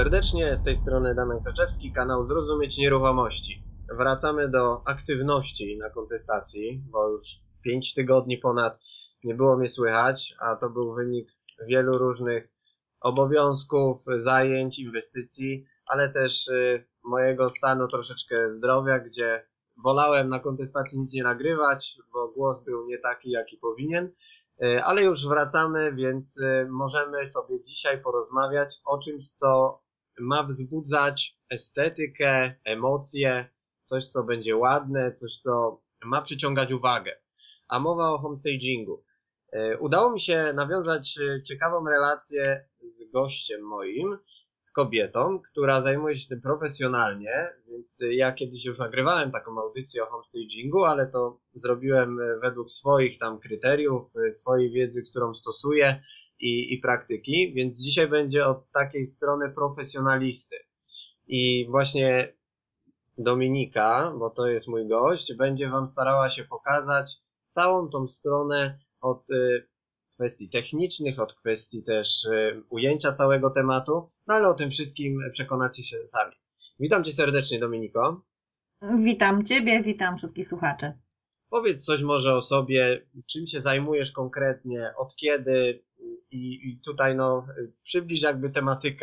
serdecznie, z tej strony Damian Klaczewski, kanał Zrozumieć Nieruchomości. Wracamy do aktywności na kontestacji, bo już 5 tygodni ponad nie było mnie słychać, a to był wynik wielu różnych obowiązków, zajęć, inwestycji, ale też mojego stanu troszeczkę zdrowia, gdzie wolałem na kontestacji nic nie nagrywać, bo głos był nie taki, jaki powinien. Ale już wracamy, więc możemy sobie dzisiaj porozmawiać o czymś, co ma wzbudzać estetykę, emocje, coś, co będzie ładne, coś, co ma przyciągać uwagę. A mowa o homestagingu. Udało mi się nawiązać ciekawą relację z gościem moim, z kobietą, która zajmuje się tym profesjonalnie, więc ja kiedyś już nagrywałem taką audycję o homestagingu, ale to zrobiłem według swoich tam kryteriów, swojej wiedzy, którą stosuję i praktyki, więc dzisiaj będzie od takiej strony profesjonalisty. I właśnie Dominika, bo to jest mój gość, będzie Wam starała się pokazać całą tą stronę od kwestii technicznych, od kwestii też ujęcia całego tematu, no ale o tym wszystkim przekonacie się sami. Witam Cię serdecznie, Dominiko. Witam Ciebie, witam wszystkich słuchaczy. Powiedz coś może o sobie, czym się zajmujesz konkretnie, od kiedy i tutaj przybliż jakby tematykę.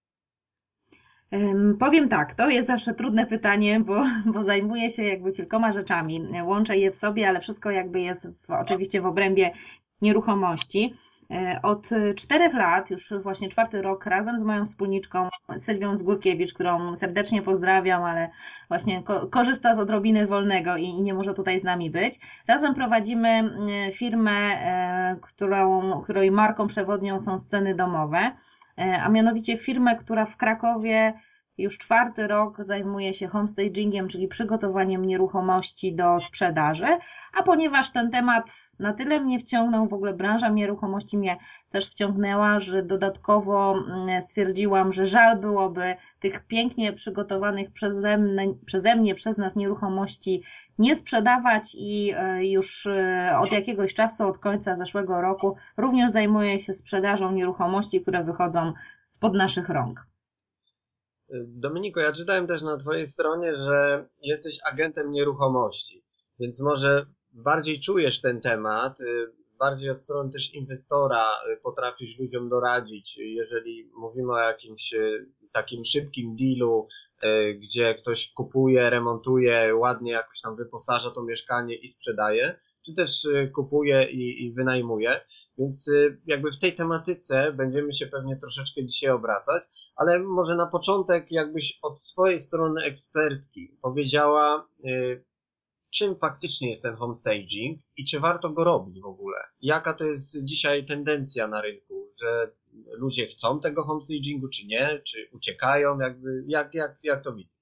Powiem tak, to jest zawsze trudne pytanie, bo zajmuję się jakby kilkoma rzeczami. Łączę je w sobie, ale wszystko jakby jest oczywiście w obrębie nieruchomości. Od 4 lat, już właśnie 4. rok, razem z moją wspólniczką Sylwią Zgórkiewicz, którą serdecznie pozdrawiam, ale właśnie korzysta z odrobiny wolnego i nie może tutaj z nami być. Razem prowadzimy firmę, której marką przewodnią są Sceny Domowe, a mianowicie firmę, która w Krakowie już 4. rok zajmuje się homestagingiem, czyli przygotowaniem nieruchomości do sprzedaży, a ponieważ ten temat na tyle mnie wciągnął, w ogóle branża nieruchomości mnie też wciągnęła, że dodatkowo stwierdziłam, że żal byłoby tych pięknie przygotowanych przeze mnie, przez nas nieruchomości nie sprzedawać i już od jakiegoś czasu, od końca zeszłego roku również zajmuję się sprzedażą nieruchomości, które wychodzą spod naszych rąk. Dominiko, ja czytałem też na Twojej stronie, że jesteś agentem nieruchomości, więc może bardziej czujesz ten temat, bardziej od strony też inwestora potrafisz ludziom doradzić, jeżeli mówimy o jakimś takim szybkim dealu, gdzie ktoś kupuje, remontuje, ładnie jakoś tam wyposaża to mieszkanie i sprzedaje, czy też kupuje i wynajmuje, więc jakby w tej tematyce będziemy się pewnie troszeczkę dzisiaj obracać, ale może na początek jakbyś od swojej strony ekspertki powiedziała, czym faktycznie jest ten homestaging i czy warto go robić w ogóle? Jaka to jest dzisiaj tendencja na rynku, że ludzie chcą tego homestagingu, czy nie, czy uciekają, jakby, jak to widzisz?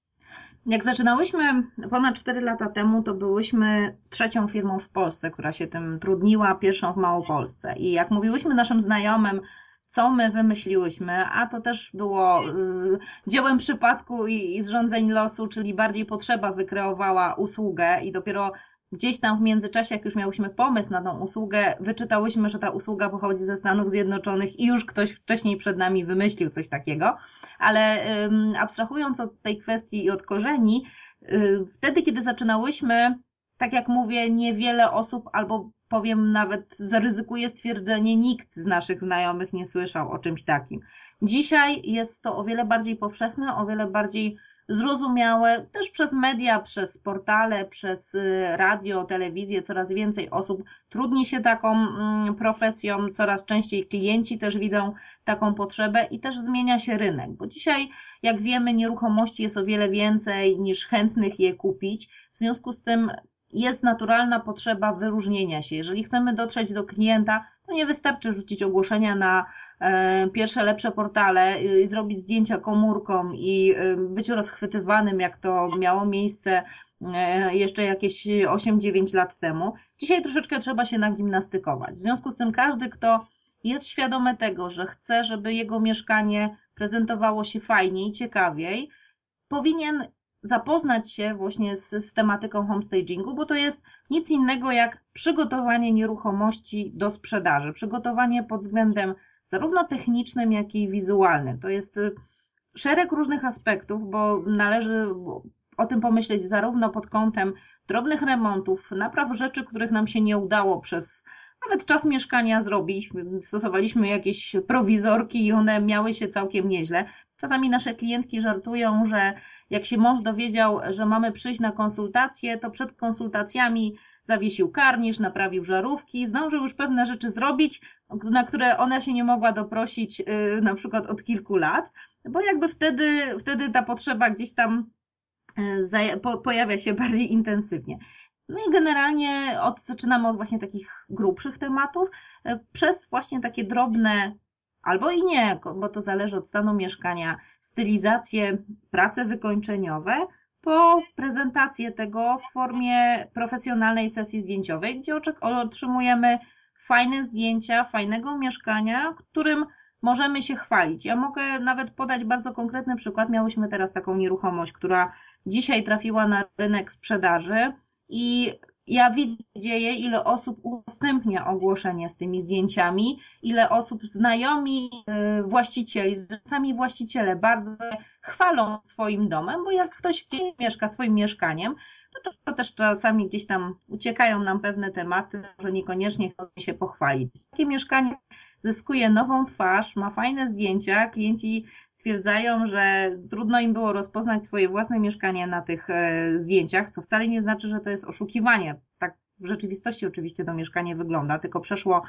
Jak zaczynałyśmy ponad 4 lata temu, to byłyśmy trzecią firmą w Polsce, która się tym trudniła, pierwszą w Małopolsce. I jak mówiłyśmy naszym znajomym, co my wymyśliłyśmy, a to też było dziełem przypadku i zrządzeń losu, czyli bardziej potrzeba wykreowała usługę i dopiero gdzieś tam w międzyczasie, jak już miałyśmy pomysł na tą usługę, wyczytałyśmy, że ta usługa pochodzi ze Stanów Zjednoczonych i już ktoś wcześniej przed nami wymyślił coś takiego. Ale abstrahując od tej kwestii i od korzeni, wtedy, kiedy zaczynałyśmy, tak jak mówię, niewiele osób, albo powiem nawet, zaryzykuję stwierdzenie, nikt z naszych znajomych nie słyszał o czymś takim. Dzisiaj jest to o wiele bardziej powszechne, o wiele bardziej zrozumiałe, też przez media, przez portale, przez radio, telewizję, coraz więcej osób trudni się taką profesją, coraz częściej klienci też widzą taką potrzebę i też zmienia się rynek, bo dzisiaj, jak wiemy, nieruchomości jest o wiele więcej niż chętnych je kupić, w związku z tym jest naturalna potrzeba wyróżnienia się. Jeżeli chcemy dotrzeć do klienta, to nie wystarczy rzucić ogłoszenia na pierwsze lepsze portale, zrobić zdjęcia komórką i być rozchwytywanym, jak to miało miejsce jeszcze jakieś 8-9 lat temu. Dzisiaj troszeczkę trzeba się nagimnastykować. W związku z tym każdy, kto jest świadomy tego, że chce, żeby jego mieszkanie prezentowało się fajniej, ciekawiej, powinien zapoznać się właśnie z tematyką homestagingu, bo to jest nic innego jak przygotowanie nieruchomości do sprzedaży. Przygotowanie pod względem zarówno technicznym, jak i wizualnym. To jest szereg różnych aspektów, bo należy o tym pomyśleć zarówno pod kątem drobnych remontów, napraw rzeczy, których nam się nie udało przez nawet czas mieszkania zrobić. Stosowaliśmy jakieś prowizorki i one miały się całkiem nieźle. Czasami nasze klientki żartują, że jak się mąż dowiedział, że mamy przyjść na konsultację, to przed konsultacjami zawiesił karnisz, naprawił żarówki, zdążył już pewne rzeczy zrobić, na które ona się nie mogła doprosić na przykład od kilku lat, bo jakby wtedy ta potrzeba gdzieś tam pojawia się bardziej intensywnie. No i generalnie zaczynamy od właśnie takich grubszych tematów, przez właśnie takie drobne, albo i nie, bo to zależy od stanu mieszkania, stylizacje, prace wykończeniowe, po prezentację tego w formie profesjonalnej sesji zdjęciowej, gdzie otrzymujemy fajne zdjęcia, fajnego mieszkania, którym możemy się chwalić. Ja mogę nawet podać bardzo konkretny przykład. Miałyśmy teraz taką nieruchomość, która dzisiaj trafiła na rynek sprzedaży i ja widzę, ile osób udostępnia ogłoszenie z tymi zdjęciami, ile osób, znajomi właścicieli, sami właściciele bardzo chwalą swoim domem, bo jak ktoś gdzieś mieszka swoim mieszkaniem, to też czasami gdzieś tam uciekają nam pewne tematy, że niekoniecznie chcą się pochwalić. Takie mieszkanie zyskuje nową twarz, ma fajne zdjęcia, klienci stwierdzają, że trudno im było rozpoznać swoje własne mieszkanie na tych zdjęciach, co wcale nie znaczy, że to jest oszukiwanie. Tak w rzeczywistości oczywiście to mieszkanie wygląda, tylko przeszło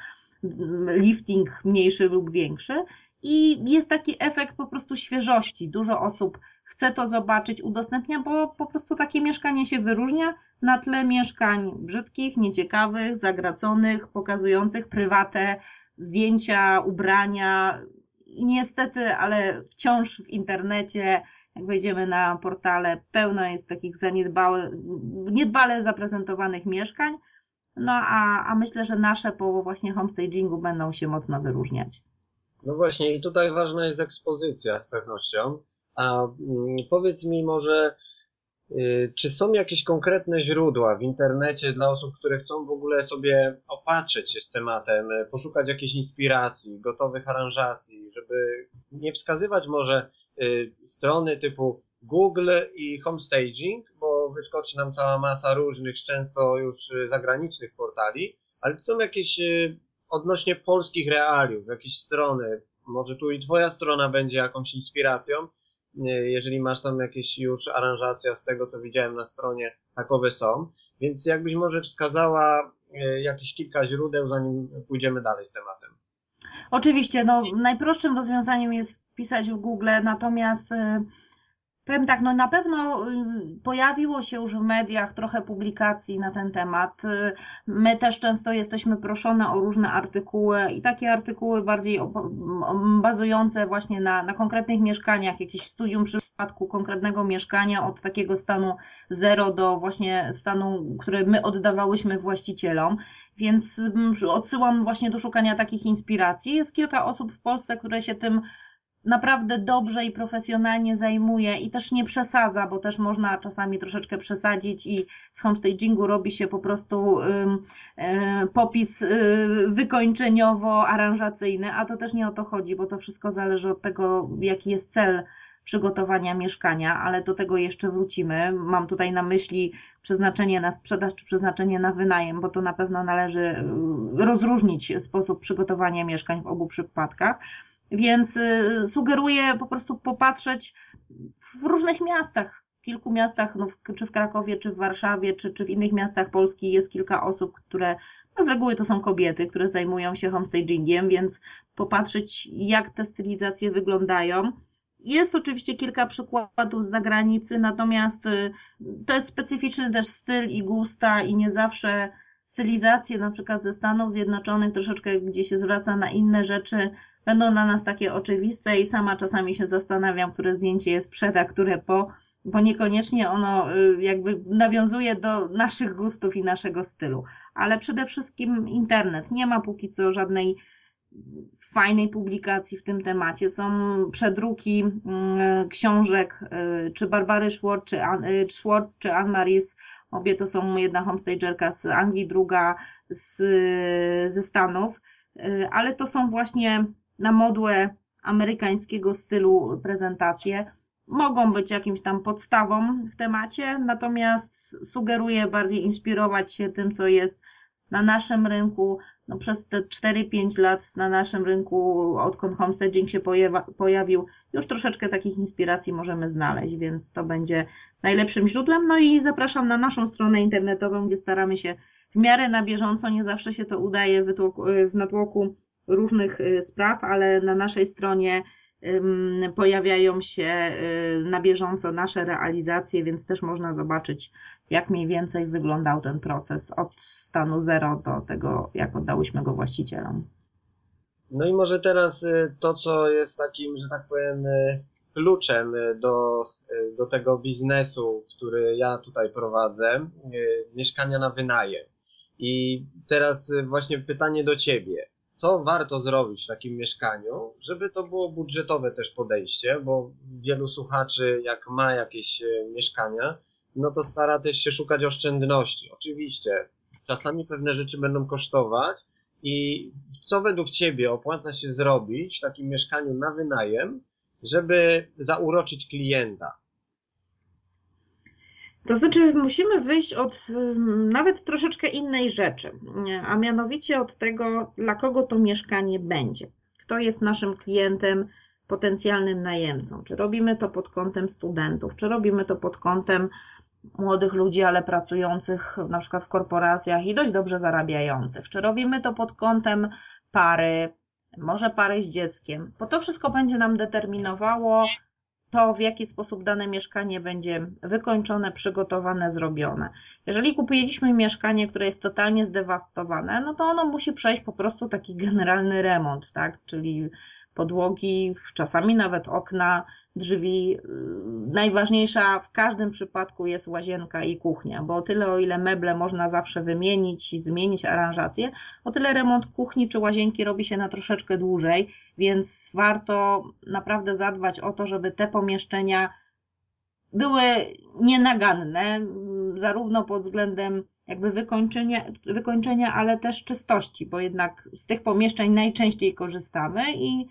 lifting mniejszy lub większy i jest taki efekt po prostu świeżości. Dużo osób chce to zobaczyć, udostępnia, bo po prostu takie mieszkanie się wyróżnia na tle mieszkań brzydkich, nieciekawych, zagraconych, pokazujących prywatę, zdjęcia, ubrania. I niestety, ale wciąż w internecie, jak wejdziemy na portale, pełno jest takich niedbale zaprezentowanych mieszkań. No a myślę, że nasze po właśnie homestagingu będą się mocno wyróżniać. No właśnie, i tutaj ważna jest ekspozycja z pewnością. A powiedz mi może, czy są jakieś konkretne źródła w internecie dla osób, które chcą w ogóle sobie opatrzeć się z tematem, poszukać jakiejś inspiracji, gotowych aranżacji, żeby nie wskazywać może strony typu Google i Homestaging, bo wyskoczy nam cała masa różnych, często już zagranicznych portali, ale czy są jakieś odnośnie polskich realiów, jakieś strony, może tu i twoja strona będzie jakąś inspiracją, jeżeli masz tam jakieś już aranżacja z tego, co widziałem na stronie, takowe są. Więc jakbyś może wskazała jakieś kilka źródeł, zanim pójdziemy dalej z tematem. Oczywiście, no najprostszym rozwiązaniem jest wpisać w Google, natomiast powiem tak, no na pewno pojawiło się już w mediach trochę publikacji na ten temat. My też często jesteśmy proszone o różne artykuły i takie artykuły bardziej bazujące właśnie na konkretnych mieszkaniach, jakieś studium przypadku konkretnego mieszkania od takiego stanu zero do właśnie stanu, który my oddawałyśmy właścicielom. Więc odsyłam właśnie do szukania takich inspiracji. Jest kilka osób w Polsce, które się tym naprawdę dobrze i profesjonalnie zajmuje i też nie przesadza, bo też można czasami troszeczkę przesadzić i z homestagingu robi się po prostu popis wykończeniowo-aranżacyjny, a to też nie o to chodzi, bo to wszystko zależy od tego, jaki jest cel przygotowania mieszkania, ale do tego jeszcze wrócimy. Mam tutaj na myśli przeznaczenie na sprzedaż czy przeznaczenie na wynajem, bo tu na pewno należy rozróżnić sposób przygotowania mieszkań w obu przypadkach. Więc sugeruję po prostu popatrzeć w różnych miastach, w kilku miastach, no, czy w Krakowie, czy w Warszawie, czy w innych miastach Polski jest kilka osób, które, no z reguły to są kobiety, które zajmują się homestagingiem, więc popatrzeć, jak te stylizacje wyglądają. Jest oczywiście kilka przykładów z zagranicy, natomiast to jest specyficzny też styl i gusta i nie zawsze stylizacje na przykład ze Stanów Zjednoczonych troszeczkę gdzie się zwraca na inne rzeczy, będą dla nas takie oczywiste i sama czasami się zastanawiam, które zdjęcie jest przed, a które po, bo niekoniecznie ono jakby nawiązuje do naszych gustów i naszego stylu. Ale przede wszystkim internet. Nie ma póki co żadnej fajnej publikacji w tym temacie. Są przedruki książek czy Barbary Schwartz czy Anne Maris. Obie to są jedna homestagerka z Anglii, druga ze Stanów, ale to są właśnie na modłę amerykańskiego stylu prezentacje. Mogą być jakimś tam podstawą w temacie, natomiast sugeruję bardziej inspirować się tym, co jest na naszym rynku. No, przez te 4-5 lat na naszym rynku, odkąd homestaging się pojawił, już troszeczkę takich inspiracji możemy znaleźć, więc to będzie najlepszym źródłem. No i zapraszam na naszą stronę internetową, gdzie staramy się w miarę na bieżąco, nie zawsze się to udaje w natłoku różnych spraw, ale na naszej stronie pojawiają się na bieżąco nasze realizacje, więc też można zobaczyć, jak mniej więcej wyglądał ten proces od stanu zero do tego, jak oddałyśmy go właścicielom. No i może teraz to, co jest takim, że tak powiem, kluczem do tego biznesu, który ja tutaj prowadzę, mieszkania na wynajem. I teraz właśnie pytanie do Ciebie. Co warto zrobić w takim mieszkaniu, żeby to było budżetowe też podejście, bo wielu słuchaczy, jak ma jakieś mieszkania, no to stara też się szukać oszczędności. Oczywiście, czasami pewne rzeczy będą kosztować i co według Ciebie opłaca się zrobić w takim mieszkaniu na wynajem, żeby zauroczyć klienta? To znaczy, musimy wyjść od nawet troszeczkę innej rzeczy, a mianowicie od tego, dla kogo to mieszkanie będzie. Kto jest naszym klientem, potencjalnym najemcą? Czy robimy to pod kątem studentów, czy robimy to pod kątem młodych ludzi, ale pracujących na przykład w korporacjach i dość dobrze zarabiających? Czy robimy to pod kątem pary, może pary z dzieckiem? Bo to wszystko będzie nam determinowało to, w jaki sposób dane mieszkanie będzie wykończone, przygotowane, zrobione. Jeżeli kupiliśmy mieszkanie, które jest totalnie zdewastowane, no to ono musi przejść po prostu taki generalny remont, tak? Czyli podłogi, czasami nawet okna, drzwi. Najważniejsza w każdym przypadku jest łazienka i kuchnia, bo o tyle, o ile meble można zawsze wymienić i zmienić aranżację, o tyle remont kuchni czy łazienki robi się na troszeczkę dłużej, więc warto naprawdę zadbać o to, żeby te pomieszczenia były nienaganne, zarówno pod względem jakby wykończenia, ale też czystości, bo jednak z tych pomieszczeń najczęściej korzystamy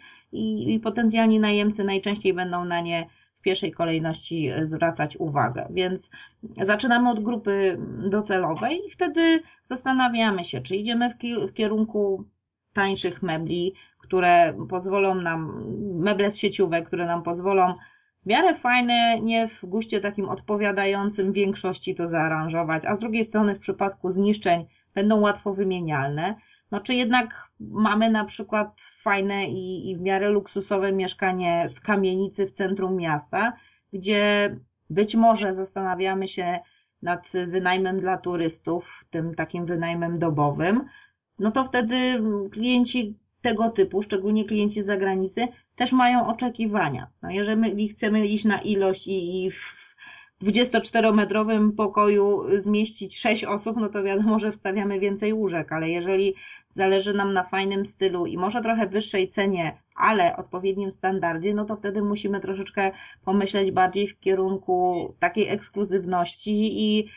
i potencjalni najemcy najczęściej będą na nie w pierwszej kolejności zwracać uwagę. Więc zaczynamy od grupy docelowej i wtedy zastanawiamy się, czy idziemy w kierunku tańszych mebli, które pozwolą nam, meble z sieciówek, które nam pozwolą w miarę fajne, nie w guście takim odpowiadającym większości to zaaranżować, a z drugiej strony w przypadku zniszczeń będą łatwo wymienialne. No czy jednak mamy na przykład fajne i w miarę luksusowe mieszkanie w kamienicy w centrum miasta, gdzie być może zastanawiamy się nad wynajmem dla turystów, tym takim wynajmem dobowym, no to wtedy klienci tego typu, szczególnie klienci z zagranicy, też mają oczekiwania. No jeżeli chcemy iść na ilość i w 24-metrowym pokoju zmieścić 6 osób, no to wiadomo, że wstawiamy więcej łóżek, ale jeżeli zależy nam na fajnym stylu i może trochę wyższej cenie, ale odpowiednim standardzie, no to wtedy musimy troszeczkę pomyśleć bardziej w kierunku takiej ekskluzywności i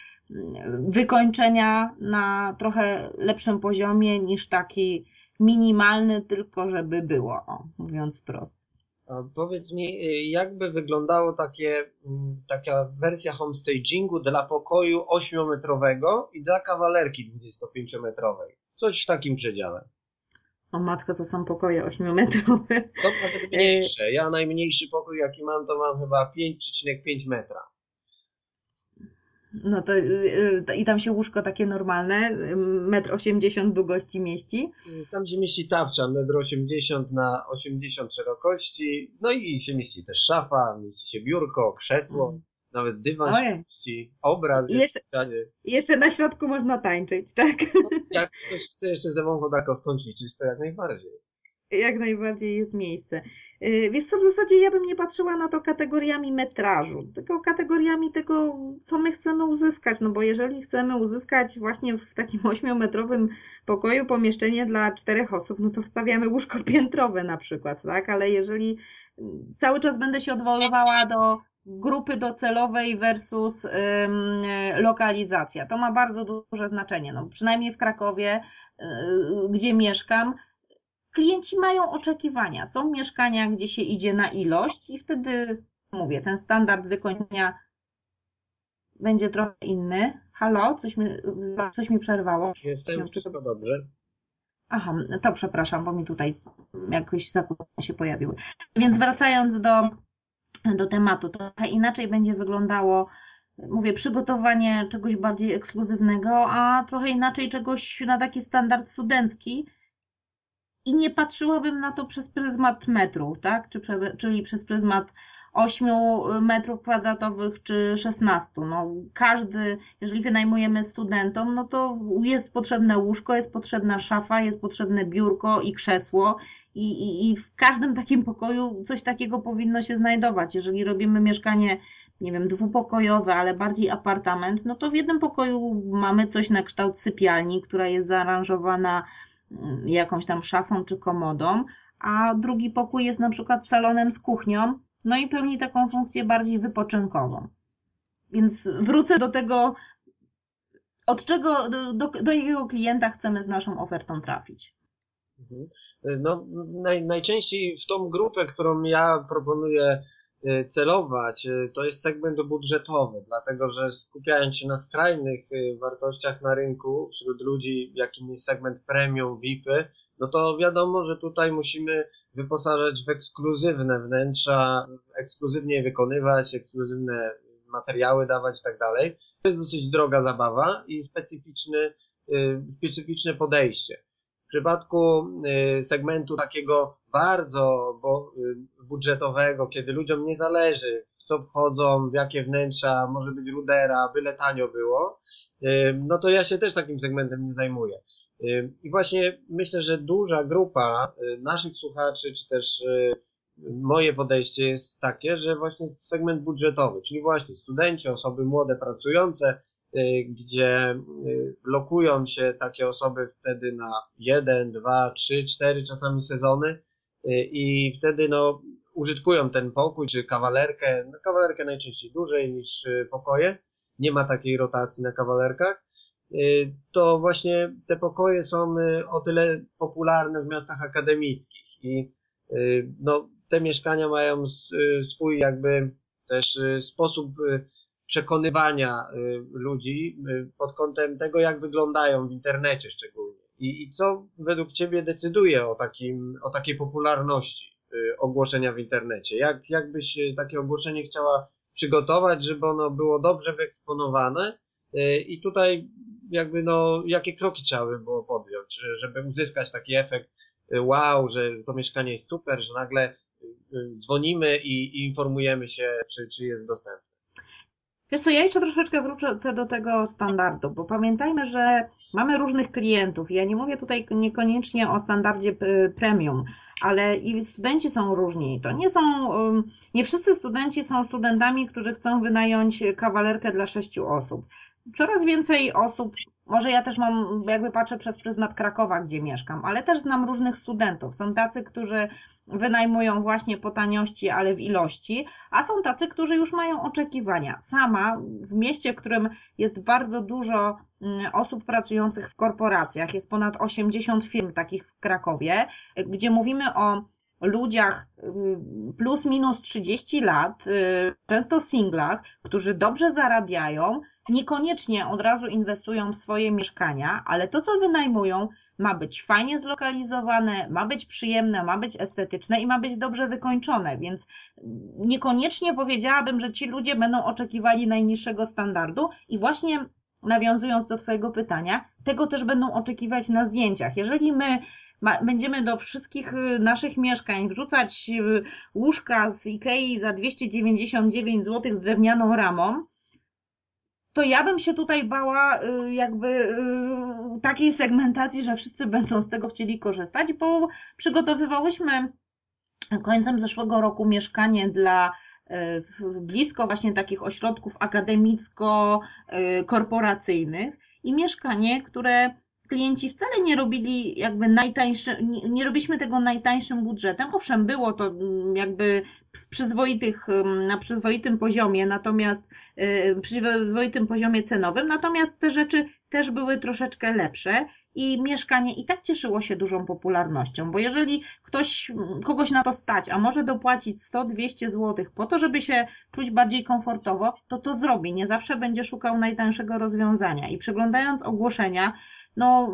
wykończenia na trochę lepszym poziomie niż taki minimalny, tylko żeby było, mówiąc prosto. A powiedz mi, jakby wyglądało taka wersja homestagingu dla pokoju 8-metrowego i dla kawalerki 25-metrowej? Coś w takim przedziale. O matko, to są pokoje 8-metrowe. Są nawet mniejsze. Ja najmniejszy pokój jaki mam, to mam chyba 5,5 metra. No to i tam się łóżko takie normalne, 1,80 m długości mieści. Tam się mieści tapczan, 1,80 m na 80 szerokości, no i się mieści też szafa, mieści się biurko, krzesło, nawet dywan się mieści, obraz. I jeszcze na środku można tańczyć, tak? No, jak ktoś chce jeszcze ze mną chodako skończyć, to jak najbardziej. Jak najbardziej jest miejsce. Wiesz co, w zasadzie ja bym nie patrzyła na to kategoriami metrażu, tylko kategoriami tego, co my chcemy uzyskać, no bo jeżeli chcemy uzyskać właśnie w takim 8-metrowym pokoju pomieszczenie dla 4 osób, no to wstawiamy łóżko piętrowe na przykład, tak? Ale jeżeli cały czas będę się odwoływała do grupy docelowej versus lokalizacja, to ma bardzo duże znaczenie, no przynajmniej w Krakowie, gdzie mieszkam, klienci mają oczekiwania. Są mieszkania, gdzie się idzie na ilość i wtedy, mówię, ten standard wykonania będzie trochę inny. Halo? Coś mi przerwało. Jestem, wszystko dobrze. Aha, to przepraszam, bo mi tutaj jakieś zakłócenia się pojawiły. Więc wracając do tematu, to trochę inaczej będzie wyglądało, mówię, przygotowanie czegoś bardziej ekskluzywnego, a trochę inaczej czegoś na taki standard studencki. I nie patrzyłabym na to przez pryzmat metrów, tak? Czyli przez pryzmat 8 metrów kwadratowych czy 16. No, jeżeli wynajmujemy studentom, no to jest potrzebne łóżko, jest potrzebna szafa, jest potrzebne biurko i krzesło i w każdym takim pokoju coś takiego powinno się znajdować. Jeżeli robimy mieszkanie, nie wiem, dwupokojowe, ale bardziej apartament, no to w jednym pokoju mamy coś na kształt sypialni, która jest zaaranżowana jakąś tam szafą czy komodą, a drugi pokój jest na przykład salonem z kuchnią, no i pełni taką funkcję bardziej wypoczynkową. Więc wrócę do tego, od czego, do jakiego klienta chcemy z naszą ofertą trafić. No, najczęściej w tą grupę, którą ja proponuję celować, to jest segment budżetowy, dlatego że skupiając się na skrajnych wartościach na rynku wśród ludzi, jakim jest segment premium, VIP-y, no to wiadomo, że tutaj musimy wyposażać w ekskluzywne wnętrza, ekskluzywnie je wykonywać, ekskluzywne materiały dawać i tak dalej. To jest dosyć droga zabawa i specyficzne podejście. W przypadku segmentu takiego bardzo budżetowego, kiedy ludziom nie zależy, w co wchodzą, w jakie wnętrza, może być rudera, byle tanio było, no to ja się też takim segmentem nie zajmuję. I właśnie myślę, że duża grupa naszych słuchaczy, czy też moje podejście jest takie, że właśnie jest segment budżetowy, czyli właśnie studenci, osoby młode, pracujące, gdzie lokują się takie osoby wtedy na 1, 2, 3, 4 czasami sezony i wtedy no użytkują ten pokój czy kawalerkę najczęściej dłużej niż pokoje, nie ma takiej rotacji na kawalerkach, to właśnie te pokoje są o tyle popularne w miastach akademickich i no te mieszkania mają swój jakby też sposób przekonywania ludzi pod kątem tego, jak wyglądają w internecie szczególnie. I co według Ciebie decyduje o takiej popularności ogłoszenia w internecie? Jak byś takie ogłoszenie chciała przygotować, żeby ono było dobrze wyeksponowane i tutaj jakby no, jakie kroki trzeba by było podjąć, żeby uzyskać taki efekt wow, że to mieszkanie jest super, że nagle dzwonimy i informujemy się, czy jest dostępne. Wiesz co, ja jeszcze troszeczkę wrócę do tego standardu, bo pamiętajmy, że mamy różnych klientów. Ja nie mówię tutaj niekoniecznie o standardzie premium, ale i studenci są różni. Nie wszyscy studenci są studentami, którzy chcą wynająć kawalerkę dla 6 osób. Coraz więcej osób, może ja też patrzę przez pryzmat Krakowa, gdzie mieszkam, ale też znam różnych studentów. Są tacy, którzy wynajmują właśnie po taniości, ale w ilości, a są tacy, którzy już mają oczekiwania. Sama w mieście, w którym jest bardzo dużo osób pracujących w korporacjach, jest ponad 80 firm takich w Krakowie, gdzie mówimy o ludziach plus minus 30 lat, często singlach, którzy dobrze zarabiają, niekoniecznie od razu inwestują w swoje mieszkania, ale to, co wynajmują, ma być fajnie zlokalizowane, ma być przyjemne, ma być estetyczne i ma być dobrze wykończone, więc niekoniecznie powiedziałabym, że ci ludzie będą oczekiwali najniższego standardu i właśnie nawiązując do Twojego pytania, tego też będą oczekiwać na zdjęciach. Jeżeli my będziemy do wszystkich naszych mieszkań wrzucać łóżka z Ikei za 299 zł z drewnianą ramą, to ja bym się tutaj bała takiej segmentacji, że wszyscy będą z tego chcieli korzystać, bo przygotowywałyśmy końcem zeszłego roku mieszkanie dla blisko właśnie takich ośrodków akademicko-korporacyjnych i mieszkanie, które klienci wcale nie robili nie robiliśmy tego najtańszym budżetem. Owszem, było to jakby na przyzwoitym poziomie, przyzwoitym poziomie cenowym, natomiast te rzeczy też były troszeczkę lepsze i mieszkanie i tak cieszyło się dużą popularnością, bo jeżeli kogoś na to stać, a może dopłacić 100-200 zł po to, żeby się czuć bardziej komfortowo, to zrobi. Nie zawsze będzie szukał najtańszego rozwiązania. I przeglądając ogłoszenia, no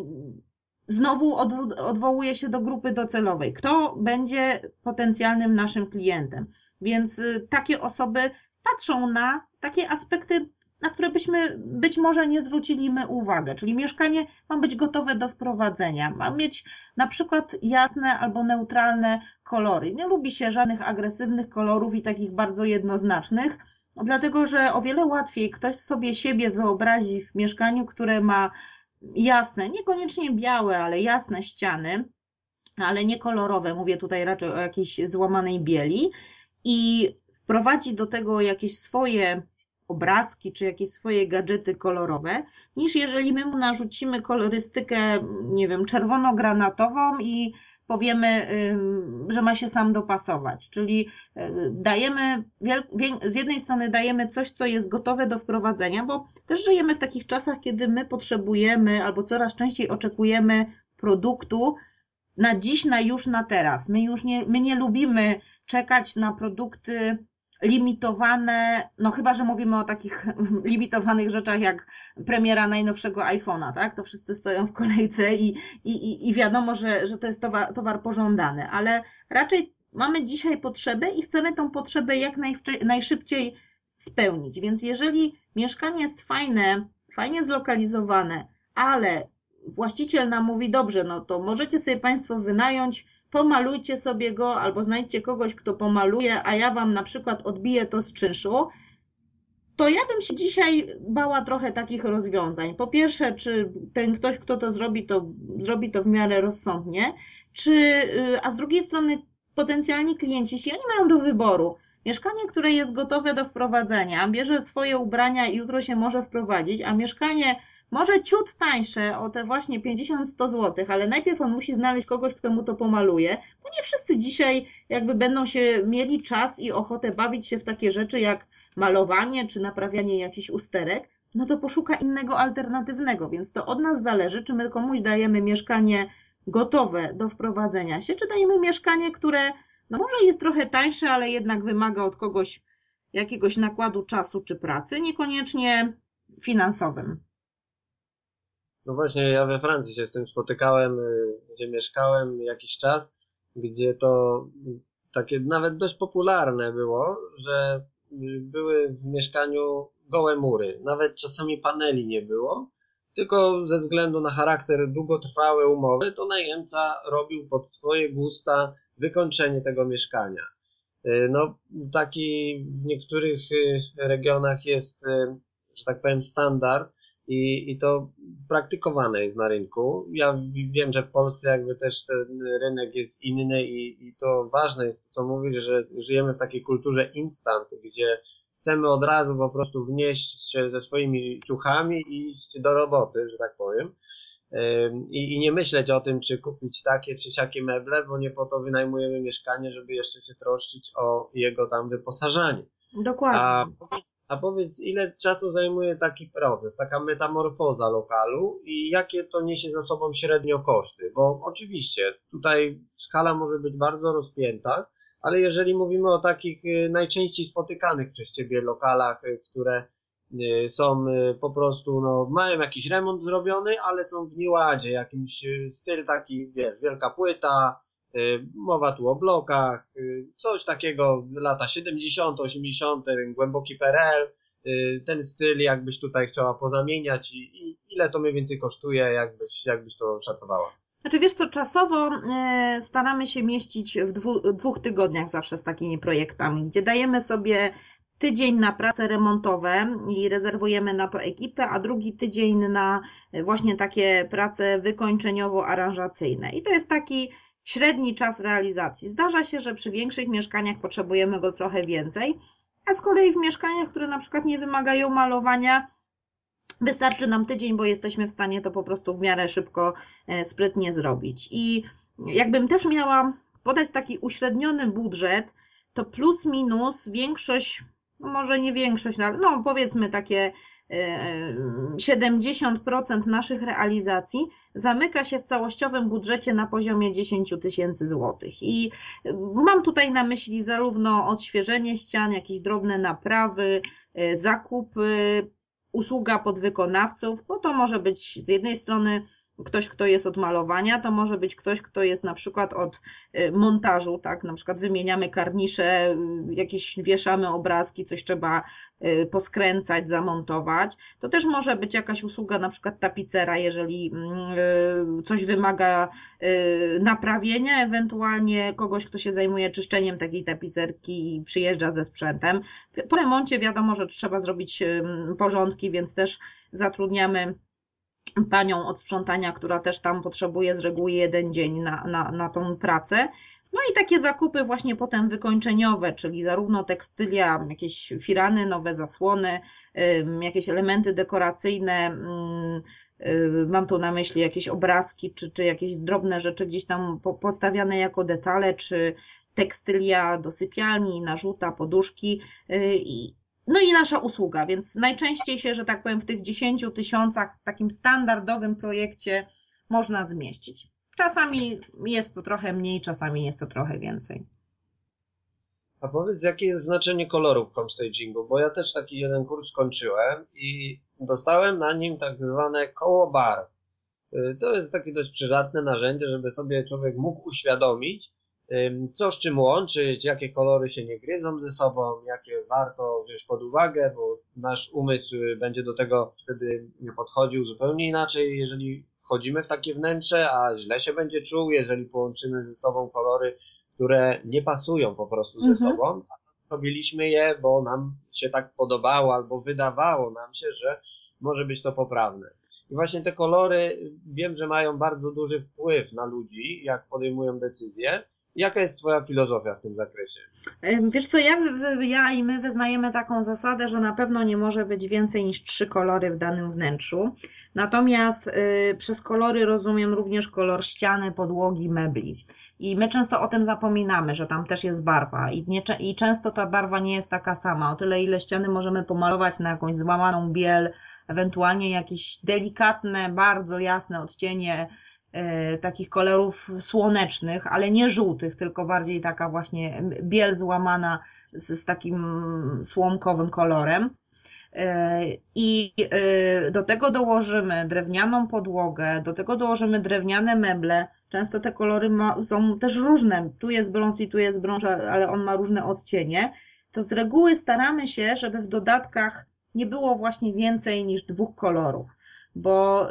znowu odwołuje się do grupy docelowej. Kto będzie potencjalnym naszym klientem? Więc takie osoby patrzą na takie aspekty, na które byśmy być może nie zwróciliśmy uwagę. Czyli mieszkanie ma być gotowe do wprowadzenia, ma mieć na przykład jasne albo neutralne kolory. Nie lubi się żadnych agresywnych kolorów i takich bardzo jednoznacznych, dlatego że o wiele łatwiej ktoś sobie siebie wyobrazi w mieszkaniu, które ma jasne, niekoniecznie białe, ale jasne ściany, ale nie kolorowe, mówię tutaj raczej o jakiejś złamanej bieli i wprowadzi do tego jakieś swoje obrazki czy jakieś swoje gadżety kolorowe, niż jeżeli my mu narzucimy kolorystykę, nie wiem, czerwono-granatową i powiemy, że ma się sam dopasować. Czyli dajemy, z jednej strony dajemy coś, co jest gotowe do wprowadzenia, bo też żyjemy w takich czasach, kiedy my potrzebujemy albo coraz częściej oczekujemy produktu na dziś, na już, na teraz. My nie lubimy czekać na produkty limitowane, no chyba że mówimy o takich limitowanych rzeczach jak premiera najnowszego iPhone'a, tak? To wszyscy stoją w kolejce i wiadomo, że to jest towar pożądany, ale raczej mamy dzisiaj potrzebę i chcemy tą potrzebę jak najszybciej spełnić. Więc jeżeli mieszkanie jest fajne, fajnie zlokalizowane, ale właściciel nam mówi, dobrze, no to możecie sobie Państwo wynająć, pomalujcie sobie go albo znajdźcie kogoś, kto pomaluje, a ja Wam na przykład odbiję to z czynszu, to ja bym się dzisiaj bała trochę takich rozwiązań. Po pierwsze, czy ten ktoś, kto to zrobi to w miarę rozsądnie, a z drugiej strony potencjalni klienci, jeśli oni mają do wyboru mieszkanie, które jest gotowe do wprowadzenia, bierze swoje ubrania i jutro się może wprowadzić, a mieszkanie może ciut tańsze, o te właśnie 50-100 zł, ale najpierw on musi znaleźć kogoś, kto mu to pomaluje, bo nie wszyscy dzisiaj jakby będą się mieli czas i ochotę bawić się w takie rzeczy jak malowanie czy naprawianie jakichś usterek, no to poszuka innego alternatywnego, więc to od nas zależy, czy my komuś dajemy mieszkanie gotowe do wprowadzenia się, czy dajemy mieszkanie, które no może jest trochę tańsze, ale jednak wymaga od kogoś jakiegoś nakładu czasu czy pracy, niekoniecznie finansowym. No właśnie, ja we Francji się z tym spotykałem, gdzie mieszkałem jakiś czas, gdzie to takie nawet dość popularne było, że były w mieszkaniu gołe mury. Nawet czasami paneli nie było, tylko ze względu na charakter długotrwałe umowy, to najemca robił pod swoje gusta wykończenie tego mieszkania. No, taki w niektórych regionach jest, że tak powiem, standard i to praktykowane jest na rynku. Ja wiem, że w Polsce jakby też ten rynek jest inny i to ważne jest to, co mówisz, że żyjemy w takiej kulturze instant, gdzie chcemy od razu po prostu wnieść się ze swoimi ciuchami i iść do roboty, że tak powiem. I nie myśleć o tym, czy kupić takie czy siakie meble, bo nie po to wynajmujemy mieszkanie, żeby jeszcze się troszczyć o jego tam wyposażanie. Dokładnie. A powiedz, ile czasu zajmuje taki proces, taka metamorfoza lokalu i jakie to niesie za sobą średnio koszty? Bo oczywiście tutaj skala może być bardzo rozpięta, ale jeżeli mówimy o takich najczęściej spotykanych przez Ciebie lokalach, które są po prostu, no, mają jakiś remont zrobiony, ale są w nieładzie, jakimś styl taki, wiesz, wielka płyta, mowa tu o blokach, coś takiego, lata 70, 80, głęboki PRL, ten styl jakbyś tutaj chciała pozamieniać i ile to mniej więcej kosztuje, jakbyś to szacowała? Znaczy wiesz co, czasowo staramy się mieścić w dwóch tygodniach zawsze z takimi projektami, gdzie dajemy sobie tydzień na prace remontowe i rezerwujemy na to ekipę, a drugi tydzień na właśnie takie prace wykończeniowo-aranżacyjne. I to jest taki średni czas realizacji. Zdarza się, że przy większych mieszkaniach potrzebujemy go trochę więcej, a z kolei w mieszkaniach, które na przykład nie wymagają malowania, wystarczy nam tydzień, bo jesteśmy w stanie to po prostu w miarę szybko, sprytnie zrobić. I jakbym też miała podać taki uśredniony budżet, to plus minus większość, no może nie większość, no powiedzmy takie 70% naszych realizacji zamyka się w całościowym budżecie na poziomie 10 tysięcy złotych. I mam tutaj na myśli zarówno odświeżenie ścian, jakieś drobne naprawy, zakupy, usługa podwykonawców, bo to może być z jednej strony ktoś, kto jest od malowania, to może być ktoś, kto jest na przykład od montażu, tak, na przykład wymieniamy karnisze, jakieś wieszamy obrazki, coś trzeba poskręcać, zamontować. To też może być jakaś usługa, na przykład tapicera, jeżeli coś wymaga naprawienia, ewentualnie kogoś, kto się zajmuje czyszczeniem takiej tapicerki i przyjeżdża ze sprzętem. Po remoncie wiadomo, że trzeba zrobić porządki, więc też zatrudniamy panią od sprzątania, która też tam potrzebuje z reguły 1 dzień na tą pracę. No i takie zakupy właśnie potem wykończeniowe, czyli zarówno tekstylia, jakieś firany, nowe zasłony, jakieś elementy dekoracyjne, mam tu na myśli jakieś obrazki, czy jakieś drobne rzeczy gdzieś tam postawiane jako detale, czy tekstylia do sypialni, narzuta, poduszki no i nasza usługa, więc najczęściej się, że tak powiem, w tych 10 tysiącach w takim standardowym projekcie można zmieścić. Czasami jest to trochę mniej, czasami jest to trochę więcej. A powiedz, jakie jest znaczenie koloru w homestagingu, bo ja też taki jeden kurs kończyłem i dostałem na nim tak zwane koło barw. To jest takie dość przydatne narzędzie, żeby sobie człowiek mógł uświadomić, co z czym łączyć, jakie kolory się nie gryzą ze sobą, jakie warto wziąć pod uwagę, bo nasz umysł będzie do tego wtedy podchodził zupełnie inaczej, jeżeli wchodzimy w takie wnętrze, a źle się będzie czuł, jeżeli połączymy ze sobą kolory, które nie pasują po prostu ze sobą, a robiliśmy je, bo nam się tak podobało, albo wydawało nam się, że może być to poprawne. I właśnie te kolory wiem, że mają bardzo duży wpływ na ludzi, jak podejmują decyzje. Jaka jest twoja filozofia w tym zakresie? Wiesz co, ja i my wyznajemy taką zasadę, że na pewno nie może być więcej niż 3 kolory w danym wnętrzu. Natomiast przez kolory rozumiem również kolor ściany, podłogi, mebli. I my często o tym zapominamy, że tam też jest barwa i często ta barwa nie jest taka sama. O tyle, ile ściany możemy pomalować na jakąś złamaną biel, ewentualnie jakieś delikatne, bardzo jasne odcienie takich kolorów słonecznych, ale nie żółtych, tylko bardziej taka właśnie biel złamana z takim słomkowym kolorem. I do tego dołożymy drewnianą podłogę, do tego dołożymy drewniane meble. Często te kolory są też różne. Tu jest brąz i tu jest brąz, ale on ma różne odcienie. To z reguły staramy się, żeby w dodatkach nie było właśnie więcej niż 2 kolorów, bo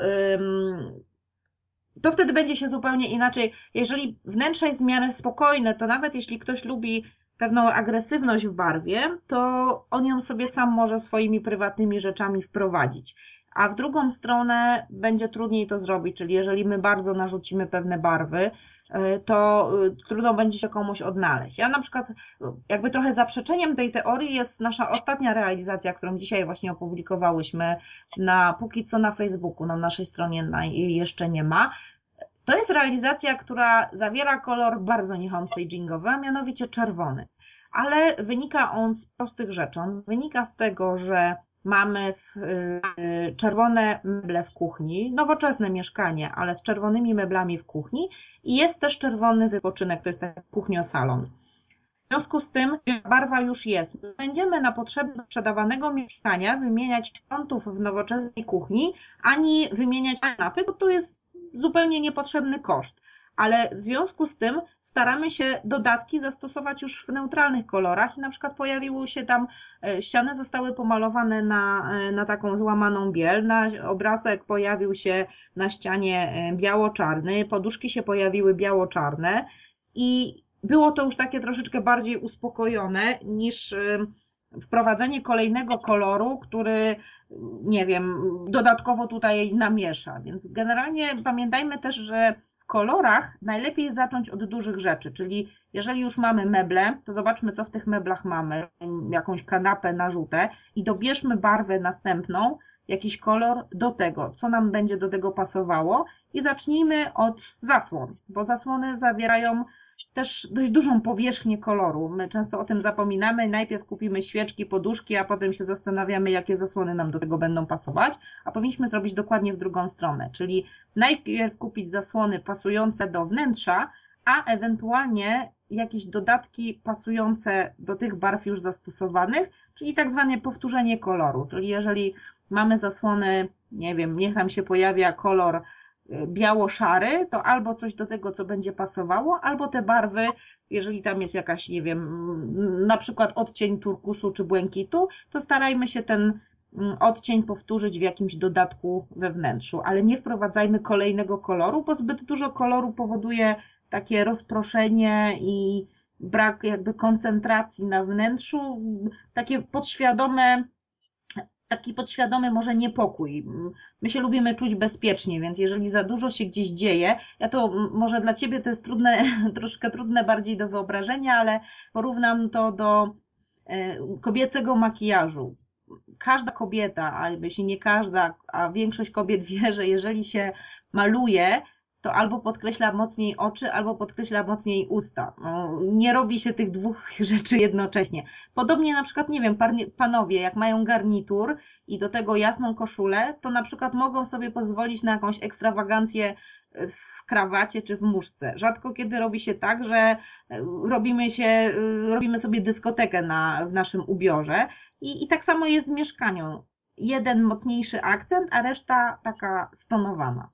to wtedy będzie się zupełnie inaczej. Jeżeli wnętrze jest w miarę spokojne, to nawet jeśli ktoś lubi pewną agresywność w barwie, to on ją sobie sam może swoimi prywatnymi rzeczami wprowadzić. A w drugą stronę będzie trudniej to zrobić, czyli jeżeli my bardzo narzucimy pewne barwy, to trudno będzie się komuś odnaleźć. Ja na przykład jakby trochę zaprzeczeniem tej teorii jest nasza ostatnia realizacja, którą dzisiaj właśnie opublikowałyśmy póki co na Facebooku, na naszej stronie jeszcze nie ma. To jest realizacja, która zawiera kolor bardzo nie homestagingowy, a mianowicie czerwony. Ale wynika on z prostych rzeczy. On wynika z tego, że mamy czerwone meble w kuchni, nowoczesne mieszkanie, ale z czerwonymi meblami w kuchni i jest też czerwony wypoczynek, to jest taki kuchniosalon. W związku z tym barwa już jest. Będziemy na potrzeby sprzedawanego mieszkania wymieniać kątów w nowoczesnej kuchni, ani wymieniać kanapy, bo to jest zupełnie niepotrzebny koszt. Ale w związku z tym staramy się dodatki zastosować już w neutralnych kolorach i na przykład pojawiły się tam, ściany zostały pomalowane na taką złamaną biel, obrazek pojawił się na ścianie biało-czarny, poduszki się pojawiły biało-czarne i było to już takie troszeczkę bardziej uspokojone niż wprowadzenie kolejnego koloru, który, nie wiem, dodatkowo tutaj namiesza. Więc generalnie pamiętajmy też, że w kolorach najlepiej zacząć od dużych rzeczy, czyli jeżeli już mamy meble, to zobaczmy, co w tych meblach mamy, jakąś kanapę, narzutę i dobierzmy barwę następną, jakiś kolor do tego, co nam będzie do tego pasowało i zacznijmy od zasłon, bo zasłony zawierają też dość dużą powierzchnię koloru. My często o tym zapominamy. Najpierw kupimy świeczki, poduszki, a potem się zastanawiamy, jakie zasłony nam do tego będą pasować, a powinniśmy zrobić dokładnie w drugą stronę, czyli najpierw kupić zasłony pasujące do wnętrza, a ewentualnie jakieś dodatki pasujące do tych barw już zastosowanych, czyli tak zwane powtórzenie koloru. Czyli jeżeli mamy zasłony, nie wiem, niech nam się pojawia kolor biało-szary, to albo coś do tego, co będzie pasowało, albo te barwy, jeżeli tam jest jakaś, nie wiem, na przykład odcień turkusu czy błękitu, to starajmy się ten odcień powtórzyć w jakimś dodatku we wnętrzu, ale nie wprowadzajmy kolejnego koloru, bo zbyt dużo koloru powoduje takie rozproszenie i brak jakby koncentracji na wnętrzu, takie taki podświadomy może niepokój. My się lubimy czuć bezpiecznie, więc jeżeli za dużo się gdzieś dzieje, ja to może dla Ciebie to jest trudne, troszkę trudne bardziej do wyobrażenia, ale porównam to do kobiecego makijażu. Każda kobieta, a jeśli nie każda, a większość kobiet wie, że jeżeli się maluje, to albo podkreśla mocniej oczy, albo podkreśla mocniej usta. No, nie robi się tych dwóch rzeczy jednocześnie. Podobnie na przykład, nie wiem, panowie, jak mają garnitur i do tego jasną koszulę, to na przykład mogą sobie pozwolić na jakąś ekstrawagancję w krawacie czy w muszce. Rzadko kiedy robi się tak, że robimy sobie dyskotekę w naszym ubiorze i tak samo jest w mieszkaniu. Jeden mocniejszy akcent, a reszta taka stonowana.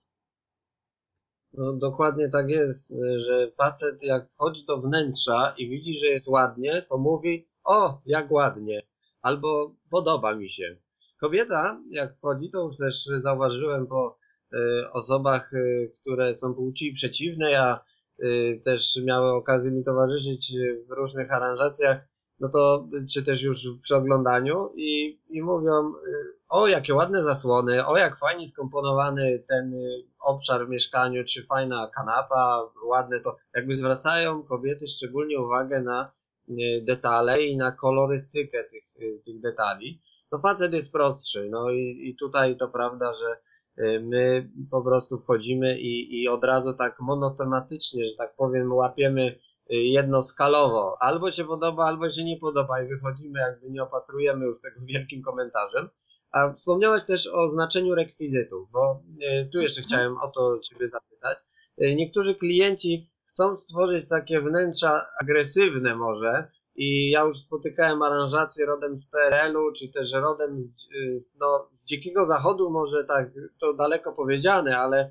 No dokładnie tak jest, że facet jak wchodzi do wnętrza i widzi, że jest ładnie, to mówi: o, jak ładnie, albo podoba mi się. Kobieta jak wchodzi, to już też zauważyłem po osobach, które są płci przeciwnej, a też miały okazję mi towarzyszyć w różnych aranżacjach, no to czy też już przy oglądaniu i mówią: o, jakie ładne zasłony, o, jak fajnie skomponowany ten obszar w mieszkaniu, czy fajna kanapa, ładne to. Jakby zwracają kobiety szczególnie uwagę na detale i na kolorystykę tych detali. No facet jest prostszy, no i tutaj to prawda, że my po prostu wchodzimy i od razu tak monotematycznie, że tak powiem, łapiemy jednoskalowo. Albo się podoba, albo się nie podoba i wychodzimy, jakby nie opatrujemy już tego wielkim komentarzem. A wspomniałaś też o znaczeniu rekwizytów, bo tu jeszcze chciałem o to Ciebie zapytać. Niektórzy klienci chcą stworzyć takie wnętrza agresywne może i ja już spotykałem aranżacje rodem z PRL-u, czy też rodem no, z Dzikiego Zachodu, może tak to daleko powiedziane, ale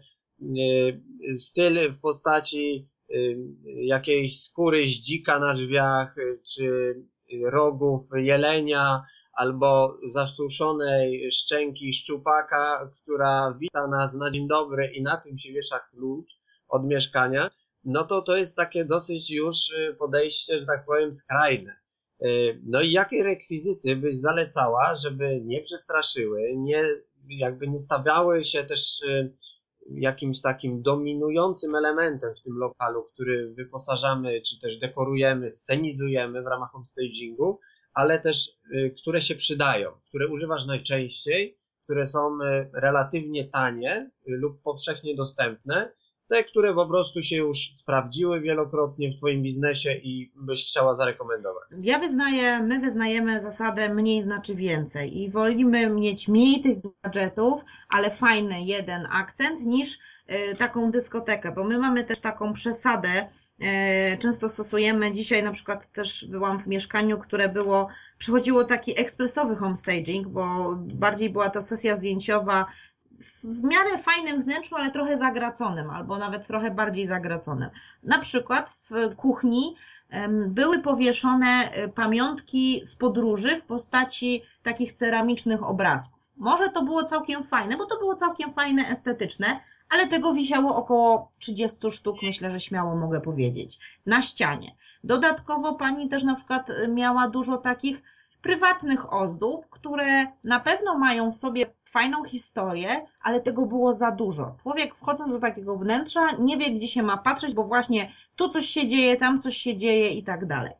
styl w postaci jakiejś skóry z dzika na drzwiach, czy rogów jelenia, albo zasuszonej szczęki szczupaka, która wita nas na dzień dobry i na tym się wiesza klucz od mieszkania, no to jest takie dosyć już podejście, że tak powiem, skrajne. No i jakie rekwizyty byś zalecała, żeby nie przestraszyły, jakby nie stawiały się też jakimś takim dominującym elementem w tym lokalu, który wyposażamy, czy też dekorujemy, scenizujemy w ramach homestagingu, ale też które się przydają, które używasz najczęściej, które są relatywnie tanie lub powszechnie dostępne, te, które po prostu się już sprawdziły wielokrotnie w Twoim biznesie i byś chciała zarekomendować. My wyznajemy zasadę mniej znaczy więcej i wolimy mieć mniej tych gadżetów, ale fajny jeden akcent niż taką dyskotekę, bo my mamy też taką przesadę, często stosujemy, dzisiaj na przykład też byłam w mieszkaniu, które przychodziło taki ekspresowy homestaging, bo bardziej była to sesja zdjęciowa w miarę fajnym wnętrzu, ale trochę zagraconym, albo nawet trochę bardziej zagraconym. Na przykład w kuchni były powieszone pamiątki z podróży w postaci takich ceramicznych obrazków. Może to było całkiem fajne, bo to było całkiem fajne, estetyczne, ale tego wisiało około 30 sztuk, myślę, że śmiało mogę powiedzieć, na ścianie. Dodatkowo pani też na przykład miała dużo takich prywatnych ozdób, które na pewno mają w sobie fajną historię, ale tego było za dużo. Człowiek wchodząc do takiego wnętrza nie wie, gdzie się ma patrzeć, bo właśnie tu coś się dzieje, tam coś się dzieje i tak dalej.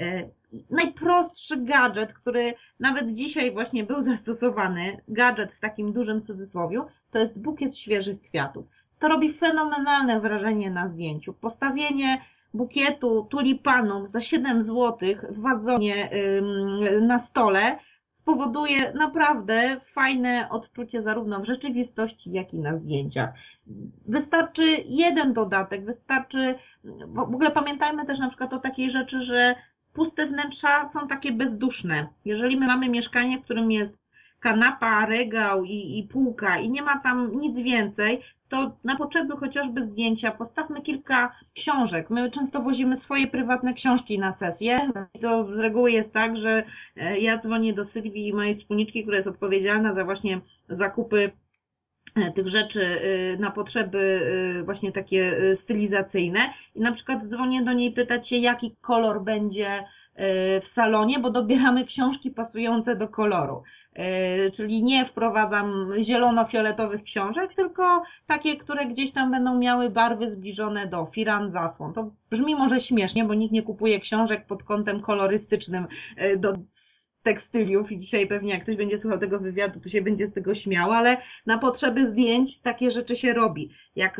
Najprostszy gadżet, który nawet dzisiaj właśnie był zastosowany, gadżet w takim dużym cudzysłowiu, to jest bukiet świeżych kwiatów. To robi fenomenalne wrażenie na zdjęciu. Postawienie bukietu tulipanów za 7 zł w wazonie na stole spowoduje naprawdę fajne odczucie zarówno w rzeczywistości, jak i na zdjęciach. Wystarczy jeden dodatek, wystarczy, w ogóle pamiętajmy też na przykład o takiej rzeczy, że puste wnętrza są takie bezduszne. Jeżeli my mamy mieszkanie, w którym jest kanapa, regał i półka i nie ma tam nic więcej, to na potrzeby chociażby zdjęcia postawmy kilka książek. My często wozimy swoje prywatne książki na sesję. To z reguły jest tak, że ja dzwonię do Sylwii, mojej wspólniczki, która jest odpowiedzialna za właśnie zakupy tych rzeczy na potrzeby właśnie takie stylizacyjne i na przykład dzwonię do niej pytać się, jaki kolor będzie w salonie, bo dobieramy książki pasujące do koloru. Czyli nie wprowadzam zielono-fioletowych książek, tylko takie, które gdzieś tam będą miały barwy zbliżone do firan, zasłon. To brzmi może śmiesznie, bo nikt nie kupuje książek pod kątem kolorystycznym do tekstyliów i dzisiaj pewnie jak ktoś będzie słuchał tego wywiadu, to się będzie z tego śmiał, ale na potrzeby zdjęć takie rzeczy się robi. Jak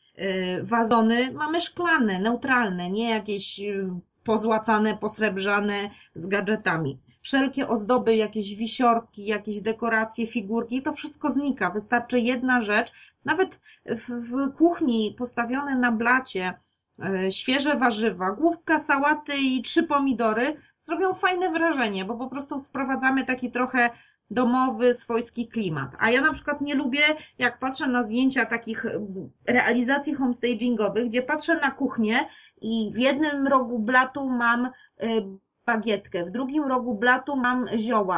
wazony mamy szklane, neutralne, nie jakieś pozłacane, posrebrzane z gadżetami. Wszelkie ozdoby, jakieś wisiorki, jakieś dekoracje, figurki, to wszystko znika. Wystarczy jedna rzecz. Nawet w kuchni postawione na blacie świeże warzywa, główka sałaty i 3 pomidory zrobią fajne wrażenie, bo po prostu wprowadzamy taki trochę domowy, swojski klimat. A ja na przykład nie lubię, jak patrzę na zdjęcia takich realizacji homestagingowych, gdzie patrzę na kuchnię i w jednym rogu blatu mam bagietkę, w drugim rogu blatu mam zioła,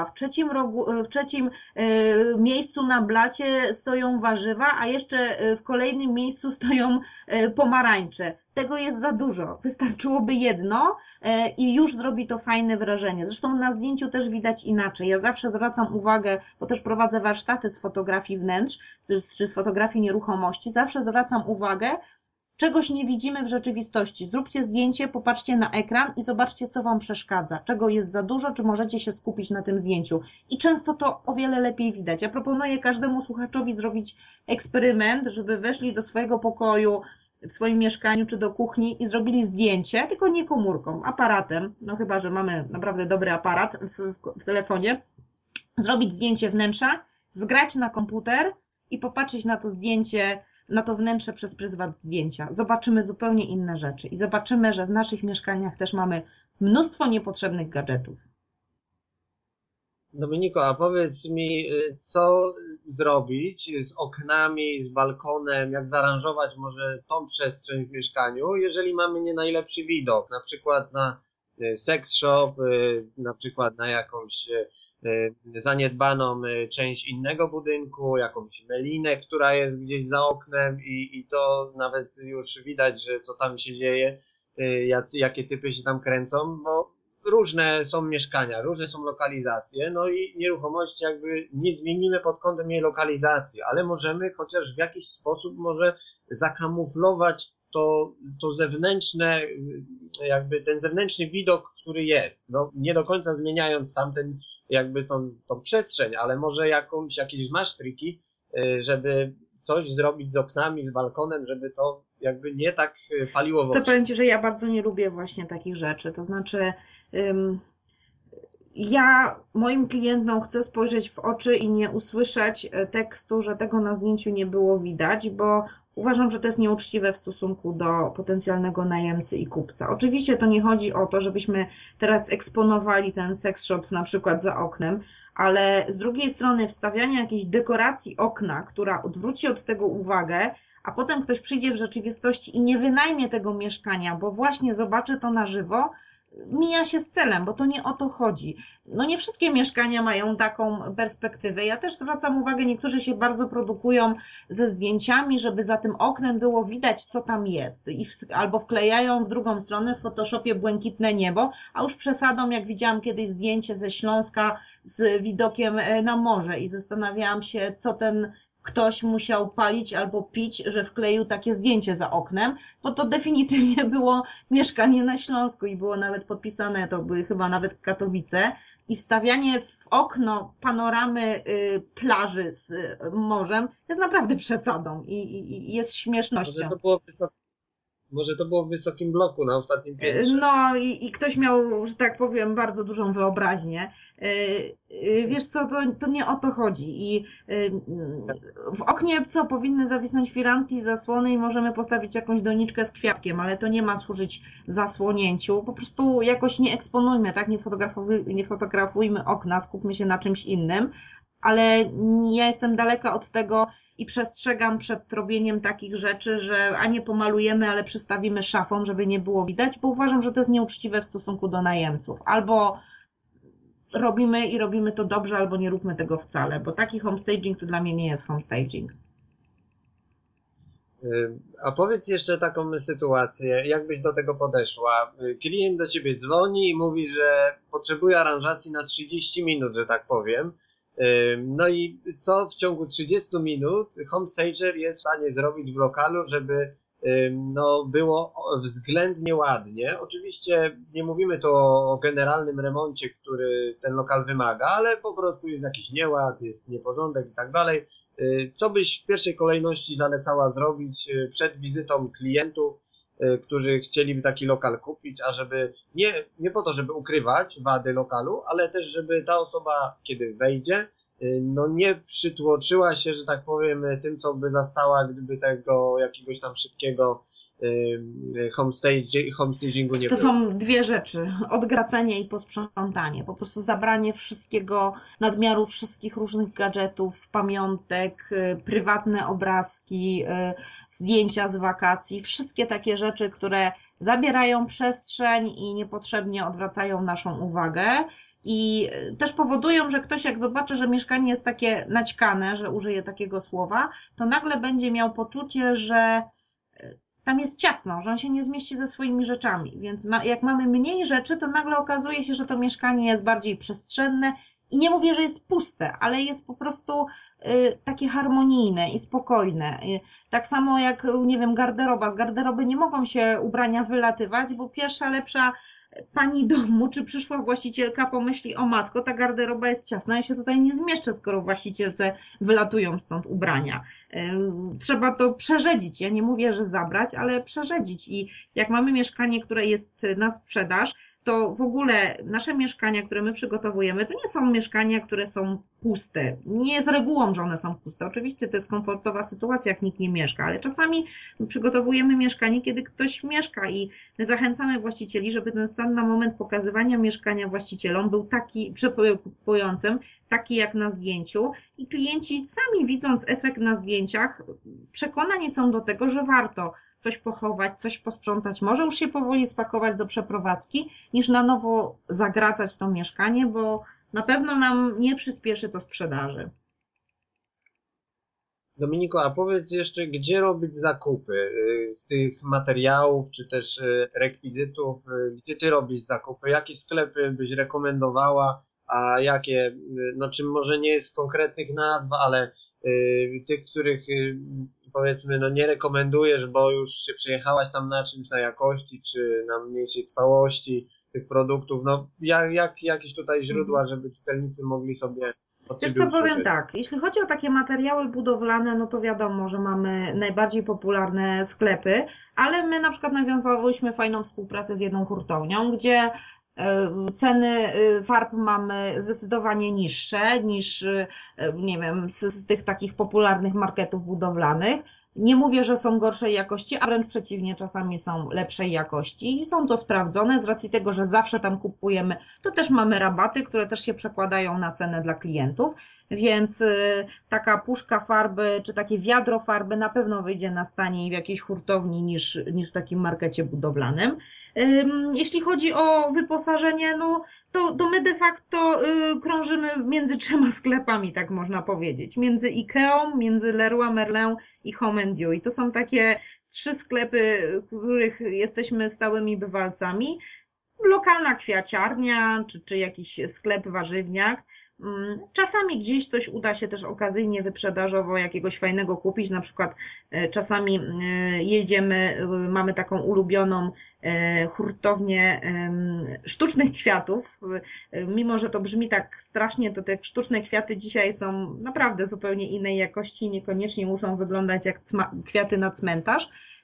w trzecim miejscu na blacie stoją warzywa, a jeszcze w kolejnym miejscu stoją pomarańcze. Tego jest za dużo. Wystarczyłoby jedno i już zrobi to fajne wrażenie. Zresztą na zdjęciu też widać inaczej. Ja zawsze zwracam uwagę, bo też prowadzę warsztaty z fotografii wnętrz, czy z fotografii nieruchomości, zawsze zwracam uwagę, czegoś nie widzimy w rzeczywistości. Zróbcie zdjęcie, popatrzcie na ekran i zobaczcie, co Wam przeszkadza. Czego jest za dużo, czy możecie się skupić na tym zdjęciu. I często to o wiele lepiej widać. Ja proponuję każdemu słuchaczowi zrobić eksperyment, żeby weszli do swojego pokoju, w swoim mieszkaniu czy do kuchni i zrobili zdjęcie, tylko nie komórką, aparatem, no chyba, że mamy naprawdę dobry aparat w telefonie, zrobić zdjęcie wnętrza, zgrać na komputer i popatrzeć na to zdjęcie, na to wnętrze przez pryzmat zdjęcia. Zobaczymy zupełnie inne rzeczy i zobaczymy, że w naszych mieszkaniach też mamy mnóstwo niepotrzebnych gadżetów. Dominiko, a powiedz mi, co zrobić z oknami, z balkonem, jak zaaranżować może tą przestrzeń w mieszkaniu, jeżeli mamy nie najlepszy widok, na przykład na sex shop, na przykład na jakąś zaniedbaną część innego budynku, jakąś melinę, która jest gdzieś za oknem i to nawet już widać, że co tam się dzieje, jakie typy się tam kręcą, bo różne są mieszkania, różne są lokalizacje, no i nieruchomości jakby nie zmienimy pod kątem jej lokalizacji, ale możemy chociaż w jakiś sposób może zakamuflować to zewnętrzne, jakby ten zewnętrzny widok, który jest. No, nie do końca zmieniając sam ten, jakby tą przestrzeń, ale może jakieś masz triki, żeby coś zrobić z oknami, z balkonem, żeby to jakby nie tak paliło w oczy. To powiem Ci, że ja bardzo nie lubię właśnie takich rzeczy. To znaczy, ja moim klientom chcę spojrzeć w oczy i nie usłyszeć tekstu, że tego na zdjęciu nie było widać, bo uważam, że to jest nieuczciwe w stosunku do potencjalnego najemcy i kupca. Oczywiście to nie chodzi o to, żebyśmy teraz eksponowali ten sex shop na przykład za oknem, ale z drugiej strony wstawianie jakiejś dekoracji okna, która odwróci od tego uwagę, a potem ktoś przyjdzie w rzeczywistości i nie wynajmie tego mieszkania, bo właśnie zobaczy to na żywo, mija się z celem, bo to nie o to chodzi. No nie wszystkie mieszkania mają taką perspektywę. Ja też zwracam uwagę, niektórzy się bardzo produkują ze zdjęciami, żeby za tym oknem było widać, co tam jest. Albo wklejają w drugą stronę w Photoshopie błękitne niebo, a już przesadą, jak widziałam kiedyś zdjęcie ze Śląska z widokiem na morze i zastanawiałam się, co ten ktoś musiał palić albo pić, że wkleił takie zdjęcie za oknem, bo to definitywnie było mieszkanie na Śląsku i było nawet podpisane, to były chyba nawet Katowice i wstawianie w okno panoramy plaży z morzem jest naprawdę przesadą i jest śmiesznością. Może to było Może to było w wysokim bloku na ostatnim piętrze. No i ktoś miał, że tak powiem, bardzo dużą wyobraźnię. Wiesz co, to nie o to chodzi. I w oknie co powinny zawisnąć firanki, zasłony i możemy postawić jakąś doniczkę z kwiatkiem, ale to nie ma służyć zasłonięciu. Po prostu jakoś nie eksponujmy, tak? Nie fotografujmy okna, skupmy się na czymś innym. Ale ja jestem daleka od tego i przestrzegam przed robieniem takich rzeczy, że a nie pomalujemy, ale przystawimy szafą, żeby nie było widać, bo uważam, że to jest nieuczciwe w stosunku do najemców. Albo robimy i robimy to dobrze, albo nie róbmy tego wcale, bo taki homestaging to dla mnie nie jest homestaging. A powiedz jeszcze taką sytuację, jak byś do tego podeszła? Klient do ciebie dzwoni i mówi, że potrzebuje aranżacji na 30 minut, że tak powiem. No i co w ciągu 30 minut homestager jest w stanie zrobić w lokalu, żeby no, było względnie ładnie. Oczywiście nie mówimy tu o generalnym remoncie, który ten lokal wymaga, ale po prostu jest jakiś nieład, jest nieporządek i tak dalej. Co byś w pierwszej kolejności zalecała zrobić przed wizytą klientów, którzy chcieliby taki lokal kupić, a żeby nie po to, żeby ukrywać wady lokalu, ale też żeby ta osoba, kiedy wejdzie, no nie przytłoczyła się, że tak powiem, tym, co by zastała, gdyby tego jakiegoś tam szybkiego homestagingu nie To było. są dwie rzeczy, odgracenie i posprzątanie, po prostu zabranie wszystkiego, nadmiaru wszystkich różnych gadżetów, pamiątek, prywatne obrazki, zdjęcia z wakacji, wszystkie takie rzeczy, które zabierają przestrzeń i niepotrzebnie odwracają naszą uwagę. I też powodują, że ktoś jak zobaczy, że mieszkanie jest takie naćkane, że użyję takiego słowa, to nagle będzie miał poczucie, że tam jest ciasno, że on się nie zmieści ze swoimi rzeczami. Więc jak mamy mniej rzeczy, to nagle okazuje się, że to mieszkanie jest bardziej przestrzenne i nie mówię, że jest puste, ale jest po prostu takie harmonijne i spokojne. Tak samo jak, nie wiem, garderoba. Z garderoby nie mogą się ubrania wylatywać, bo pierwsza lepsza pani domu czy przyszła właścicielka pomyśli, o matko, ta garderoba jest ciasna, ja się tutaj nie zmieszczę, skoro właścicielce wylatują stąd ubrania. Trzeba to przerzedzić. Ja nie mówię, że zabrać, ale przerzedzić. I jak mamy mieszkanie, które jest na sprzedaż, to w ogóle nasze mieszkania, które my przygotowujemy, to nie są mieszkania, które są puste. Nie jest regułą, że one są puste. Oczywiście to jest komfortowa sytuacja, jak nikt nie mieszka, ale czasami przygotowujemy mieszkanie, kiedy ktoś mieszka i zachęcamy właścicieli, żeby ten stan na moment pokazywania mieszkania właścicielom był taki kupującym, taki jak na zdjęciu i klienci sami widząc efekt na zdjęciach przekonani są do tego, że warto coś pochować, coś posprzątać, może już się powoli spakować do przeprowadzki, niż na nowo zagracać to mieszkanie, bo na pewno nam nie przyspieszy to sprzedaży. Dominiko, a powiedz jeszcze, gdzie robić zakupy z tych materiałów, czy też rekwizytów, gdzie ty robisz zakupy, jakie sklepy byś rekomendowała, a jakie, no czym może nie jest konkretnych nazw, ale tych, których powiedzmy, no nie rekomendujesz, bo już się przejechałaś tam na czymś, na jakości, czy na mniejszej trwałości tych produktów, no jakieś tutaj źródła, żeby czytelnicy mogli sobie od Wiesz ciebie co, powiem usłyszeć. tak, jeśli chodzi o takie materiały budowlane, no to wiadomo, że mamy najbardziej popularne sklepy, ale my na przykład nawiązałyśmy fajną współpracę z jedną hurtownią, gdzie ceny farb mamy zdecydowanie niższe niż, nie wiem, z tych takich popularnych marketów budowlanych. Nie mówię, że są gorszej jakości, a wręcz przeciwnie, czasami są lepszej jakości. I są to sprawdzone z racji tego, że zawsze tam kupujemy, to też mamy rabaty, które też się przekładają na cenę dla klientów, więc taka puszka farby, czy takie wiadro farby na pewno wyjdzie nas taniej w jakiejś hurtowni niż w takim markecie budowlanym. Jeśli chodzi o wyposażenie, no to my de facto krążymy między trzema sklepami, tak można powiedzieć. Między Ikeą, między Leroy Merlin i Home and You. I to są takie trzy sklepy, w których jesteśmy stałymi bywalcami. Lokalna kwiaciarnia, czy jakiś sklep warzywniak. Czasami gdzieś coś uda się też okazyjnie wyprzedażowo jakiegoś fajnego kupić, na przykład czasami jedziemy, mamy taką ulubioną hurtownię sztucznych kwiatów. Mimo że to brzmi tak strasznie, to te sztuczne kwiaty dzisiaj są naprawdę zupełnie innej jakości i niekoniecznie muszą wyglądać jak kwiaty na cmentarz.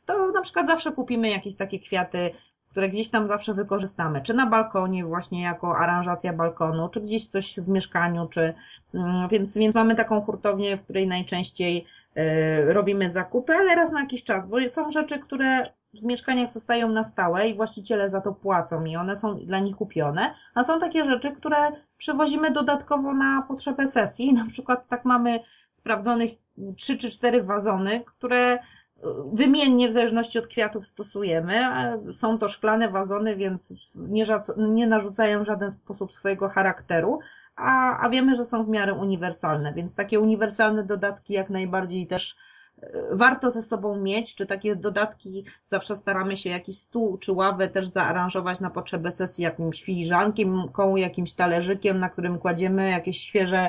to na przykład zawsze kupimy jakieś takie kwiaty, które gdzieś tam zawsze wykorzystamy, czy na balkonie właśnie jako aranżacja balkonu, czy gdzieś coś w mieszkaniu, więc mamy taką hurtownię, w której najczęściej robimy zakupy, ale raz na jakiś czas, bo są rzeczy, które w mieszkaniach zostają na stałe i właściciele za to płacą i one są dla nich kupione, a są takie rzeczy, które przywozimy dodatkowo na potrzebę sesji. Na przykład tak mamy sprawdzonych 3 czy 4 wazony, które wymiennie w zależności od kwiatów stosujemy. Są to szklane wazony, więc nie narzucają w żaden sposób swojego charakteru, a wiemy, że są w miarę uniwersalne, więc takie uniwersalne dodatki jak najbardziej też warto ze sobą mieć, czy takie dodatki zawsze staramy się jakiś stół czy ławę też zaaranżować na potrzeby sesji jakimś filiżanką, jakimś talerzykiem, na którym kładziemy jakieś świeże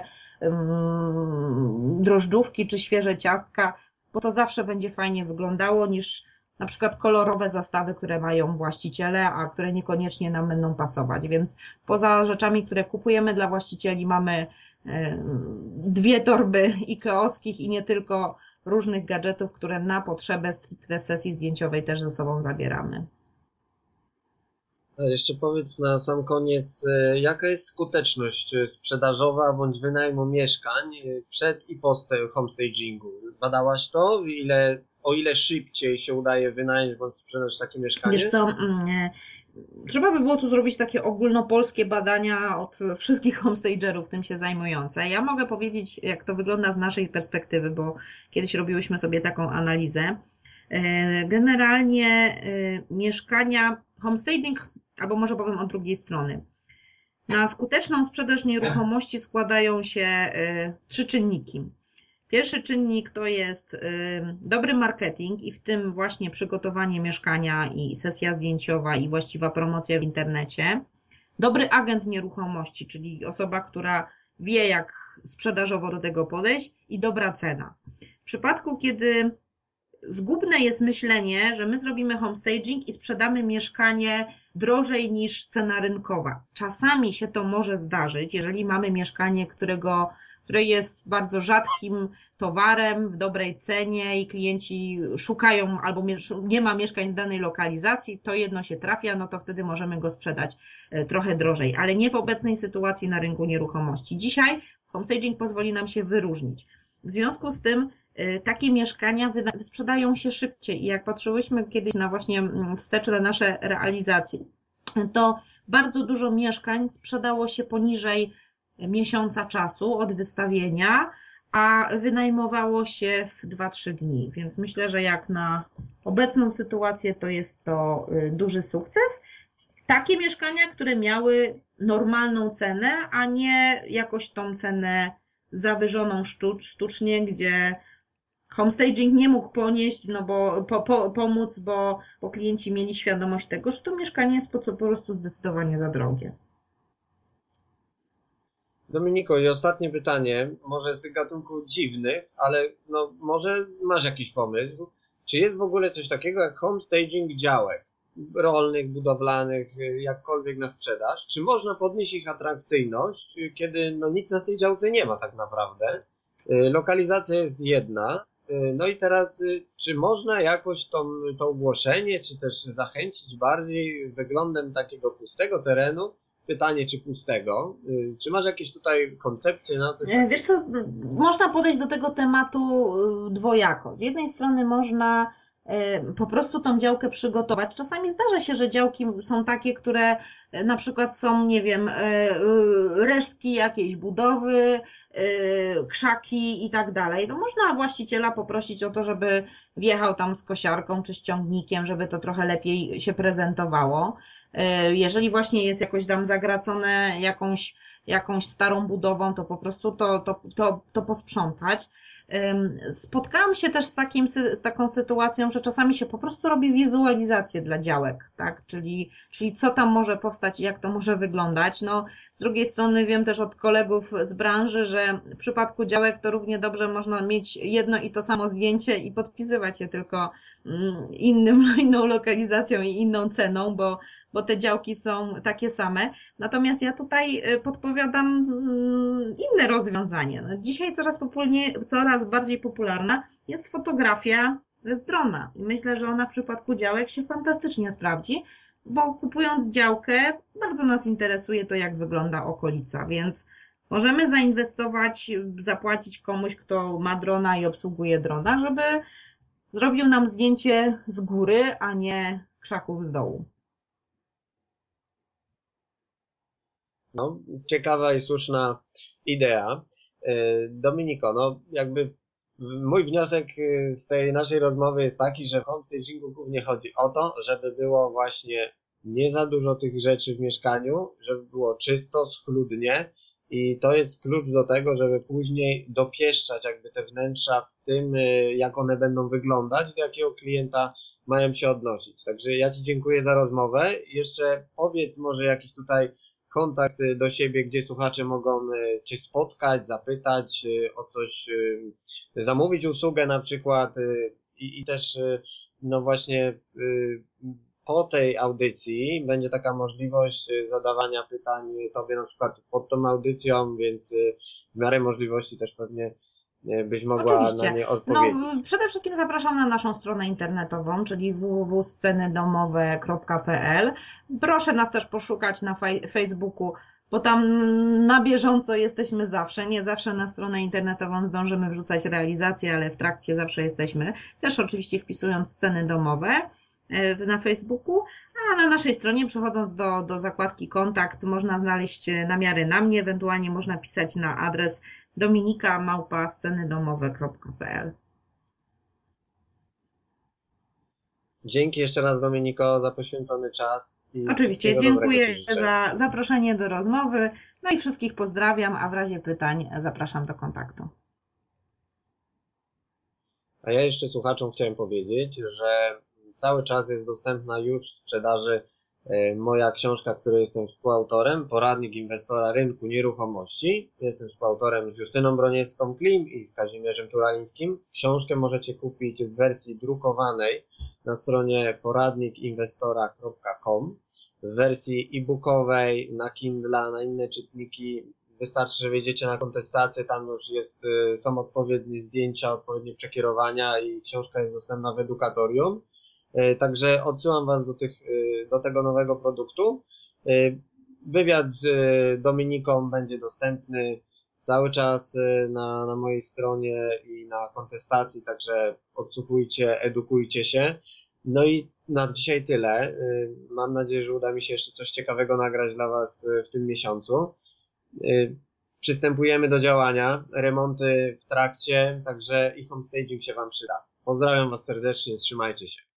drożdżówki czy świeże ciastka, bo to zawsze będzie fajnie wyglądało niż na przykład kolorowe zastawy, które mają właściciele, a które niekoniecznie nam będą pasować. Więc poza rzeczami, które kupujemy dla właścicieli, mamy 2 torby ikeowskich i nie tylko różnych gadżetów, które na potrzebę stricte sesji zdjęciowej też ze sobą zabieramy. A jeszcze powiedz na sam koniec, jaka jest skuteczność sprzedażowa bądź wynajmu mieszkań przed i po homestagingu? Badałaś to? O ile szybciej się udaje wynająć bądź sprzedać takie mieszkanie? Wiesz co, trzeba by było tu zrobić takie ogólnopolskie badania od wszystkich homestagerów tym się zajmujące. Ja mogę powiedzieć, jak to wygląda z naszej perspektywy, bo kiedyś robiłyśmy sobie taką analizę. Generalnie mieszkania, homestaging, albo może powiem od drugiej strony. Na skuteczną sprzedaż nieruchomości składają się 3 czynniki. Pierwszy czynnik to jest dobry marketing i w tym właśnie przygotowanie mieszkania i sesja zdjęciowa i właściwa promocja w internecie. Dobry agent nieruchomości, czyli osoba, która wie, jak sprzedażowo do tego podejść, i dobra cena. W przypadku, kiedy zgubne jest myślenie, że my zrobimy homestaging i sprzedamy mieszkanie drożej niż cena rynkowa. Czasami się to może zdarzyć, jeżeli mamy mieszkanie, które jest bardzo rzadkim towarem w dobrej cenie i klienci szukają albo nie ma mieszkań w danej lokalizacji, to jedno się trafia, no to wtedy możemy go sprzedać trochę drożej, ale nie w obecnej sytuacji na rynku nieruchomości. Dzisiaj homestaging pozwoli nam się wyróżnić. W związku z tym takie mieszkania sprzedają się szybciej i jak patrzyłyśmy kiedyś na właśnie wstecz na nasze realizacje, to bardzo dużo mieszkań sprzedało się poniżej miesiąca czasu od wystawienia, a wynajmowało się w 2-3 dni, więc myślę, że jak na obecną sytuację to jest to duży sukces. Takie mieszkania, które miały normalną cenę, a nie jakoś tą cenę zawyżoną sztucznie, gdzie homestaging nie mógł ponieść, no bo pomóc, bo klienci mieli świadomość tego, że to mieszkanie jest po prostu zdecydowanie za drogie. Dominiko, i ostatnie pytanie, może z tych gatunków dziwnych, ale no może masz jakiś pomysł. Czy jest w ogóle coś takiego jak homestaging działek rolnych, budowlanych, jakkolwiek na sprzedaż? Czy można podnieść ich atrakcyjność, kiedy no nic na tej działce nie ma tak naprawdę? Lokalizacja jest jedna. No i teraz, czy można jakoś to ogłoszenie, czy też zachęcić bardziej wyglądem takiego pustego terenu? Pytanie, czy pustego? Czy masz jakieś tutaj koncepcje na coś? Wiesz co, można podejść do tego tematu dwojako. Z jednej strony można po prostu tą działkę przygotować. Czasami zdarza się, że działki są takie, które na przykład są, nie wiem, resztki jakiejś budowy, krzaki i tak dalej. No można właściciela poprosić o to, żeby wjechał tam z kosiarką czy z ciągnikiem, żeby to trochę lepiej się prezentowało. Jeżeli właśnie jest jakoś tam zagracone jakąś starą budową, to po prostu to posprzątać. Spotkałam się też z taką sytuacją, że czasami się po prostu robi wizualizację dla działek, tak? Czyli co tam może powstać i jak to może wyglądać. No, z drugiej strony wiem też od kolegów z branży, że w przypadku działek to równie dobrze można mieć jedno i to samo zdjęcie i podpisywać je tylko inną lokalizacją i inną ceną, bo te działki są takie same. Natomiast ja tutaj podpowiadam inne rozwiązanie. No, dzisiaj coraz bardziej popularna jest fotografia z drona. I myślę, że ona w przypadku działek się fantastycznie sprawdzi, bo kupując działkę, bardzo nas interesuje to, jak wygląda okolica, więc możemy zainwestować, zapłacić komuś, kto ma drona i obsługuje drona, żeby zrobił nam zdjęcie z góry, a nie krzaków z dołu. No, ciekawa i słuszna idea. Dominiko, no jakby mój wniosek z tej naszej rozmowy jest taki, że w homestagingu głównie chodzi o to, żeby było właśnie nie za dużo tych rzeczy w mieszkaniu, żeby było czysto, schludnie i to jest klucz do tego, żeby później dopieszczać jakby te wnętrza w tym, jak one będą wyglądać, do jakiego klienta mają się odnosić. Także ja Ci dziękuję za rozmowę. Jeszcze powiedz może jakiś tutaj kontakt do siebie, gdzie słuchacze mogą Cię spotkać, zapytać o coś, zamówić usługę na przykład i też no właśnie po tej audycji będzie taka możliwość zadawania pytań Tobie na przykład pod tą audycją, więc w miarę możliwości też pewnie byś mogła Oczywiście. na nie No, odpowiedzieć. przede wszystkim zapraszam na naszą stronę internetową, czyli www.sceny-domowe.pl. Proszę nas też poszukać na Facebooku, bo tam na bieżąco jesteśmy zawsze. Nie zawsze na stronę internetową zdążymy wrzucać realizację, ale w trakcie zawsze jesteśmy. Też oczywiście wpisując sceny domowe na Facebooku, a na naszej stronie przechodząc do zakładki kontakt można znaleźć namiary na mnie, ewentualnie można pisać na adres dominika@sceny-domowe.pl. Dzięki jeszcze raz Dominiko za poświęcony czas i Oczywiście wszystkiego dobrego Ci dziękuję życzę. za zaproszenie do rozmowy, no i wszystkich pozdrawiam, a w razie pytań zapraszam do kontaktu. A ja jeszcze słuchaczom chciałem powiedzieć, że cały czas jest dostępna już w sprzedaży moja książka, której jestem współautorem, Poradnik inwestora rynku nieruchomości. Jestem współautorem z Justyną Broniecką-Klim i z Kazimierzem Turalińskim. Książkę możecie kupić w wersji drukowanej na stronie poradnikinwestora.com. W wersji e-bookowej, na Kindle, na inne czytniki wystarczy, że wejdziecie na kontestację, tam już są odpowiednie zdjęcia, odpowiednie przekierowania i książka jest dostępna w edukatorium. Także odsyłam Was do tego nowego produktu. Wywiad z Dominiką będzie dostępny cały czas na mojej stronie i na kontestacji, także odsłuchujcie, edukujcie się. No i na dzisiaj tyle. Mam nadzieję, że uda mi się jeszcze coś ciekawego nagrać dla Was w tym miesiącu. Przystępujemy do działania, remonty w trakcie, także i homestaging się Wam przyda. Pozdrawiam Was serdecznie, trzymajcie się.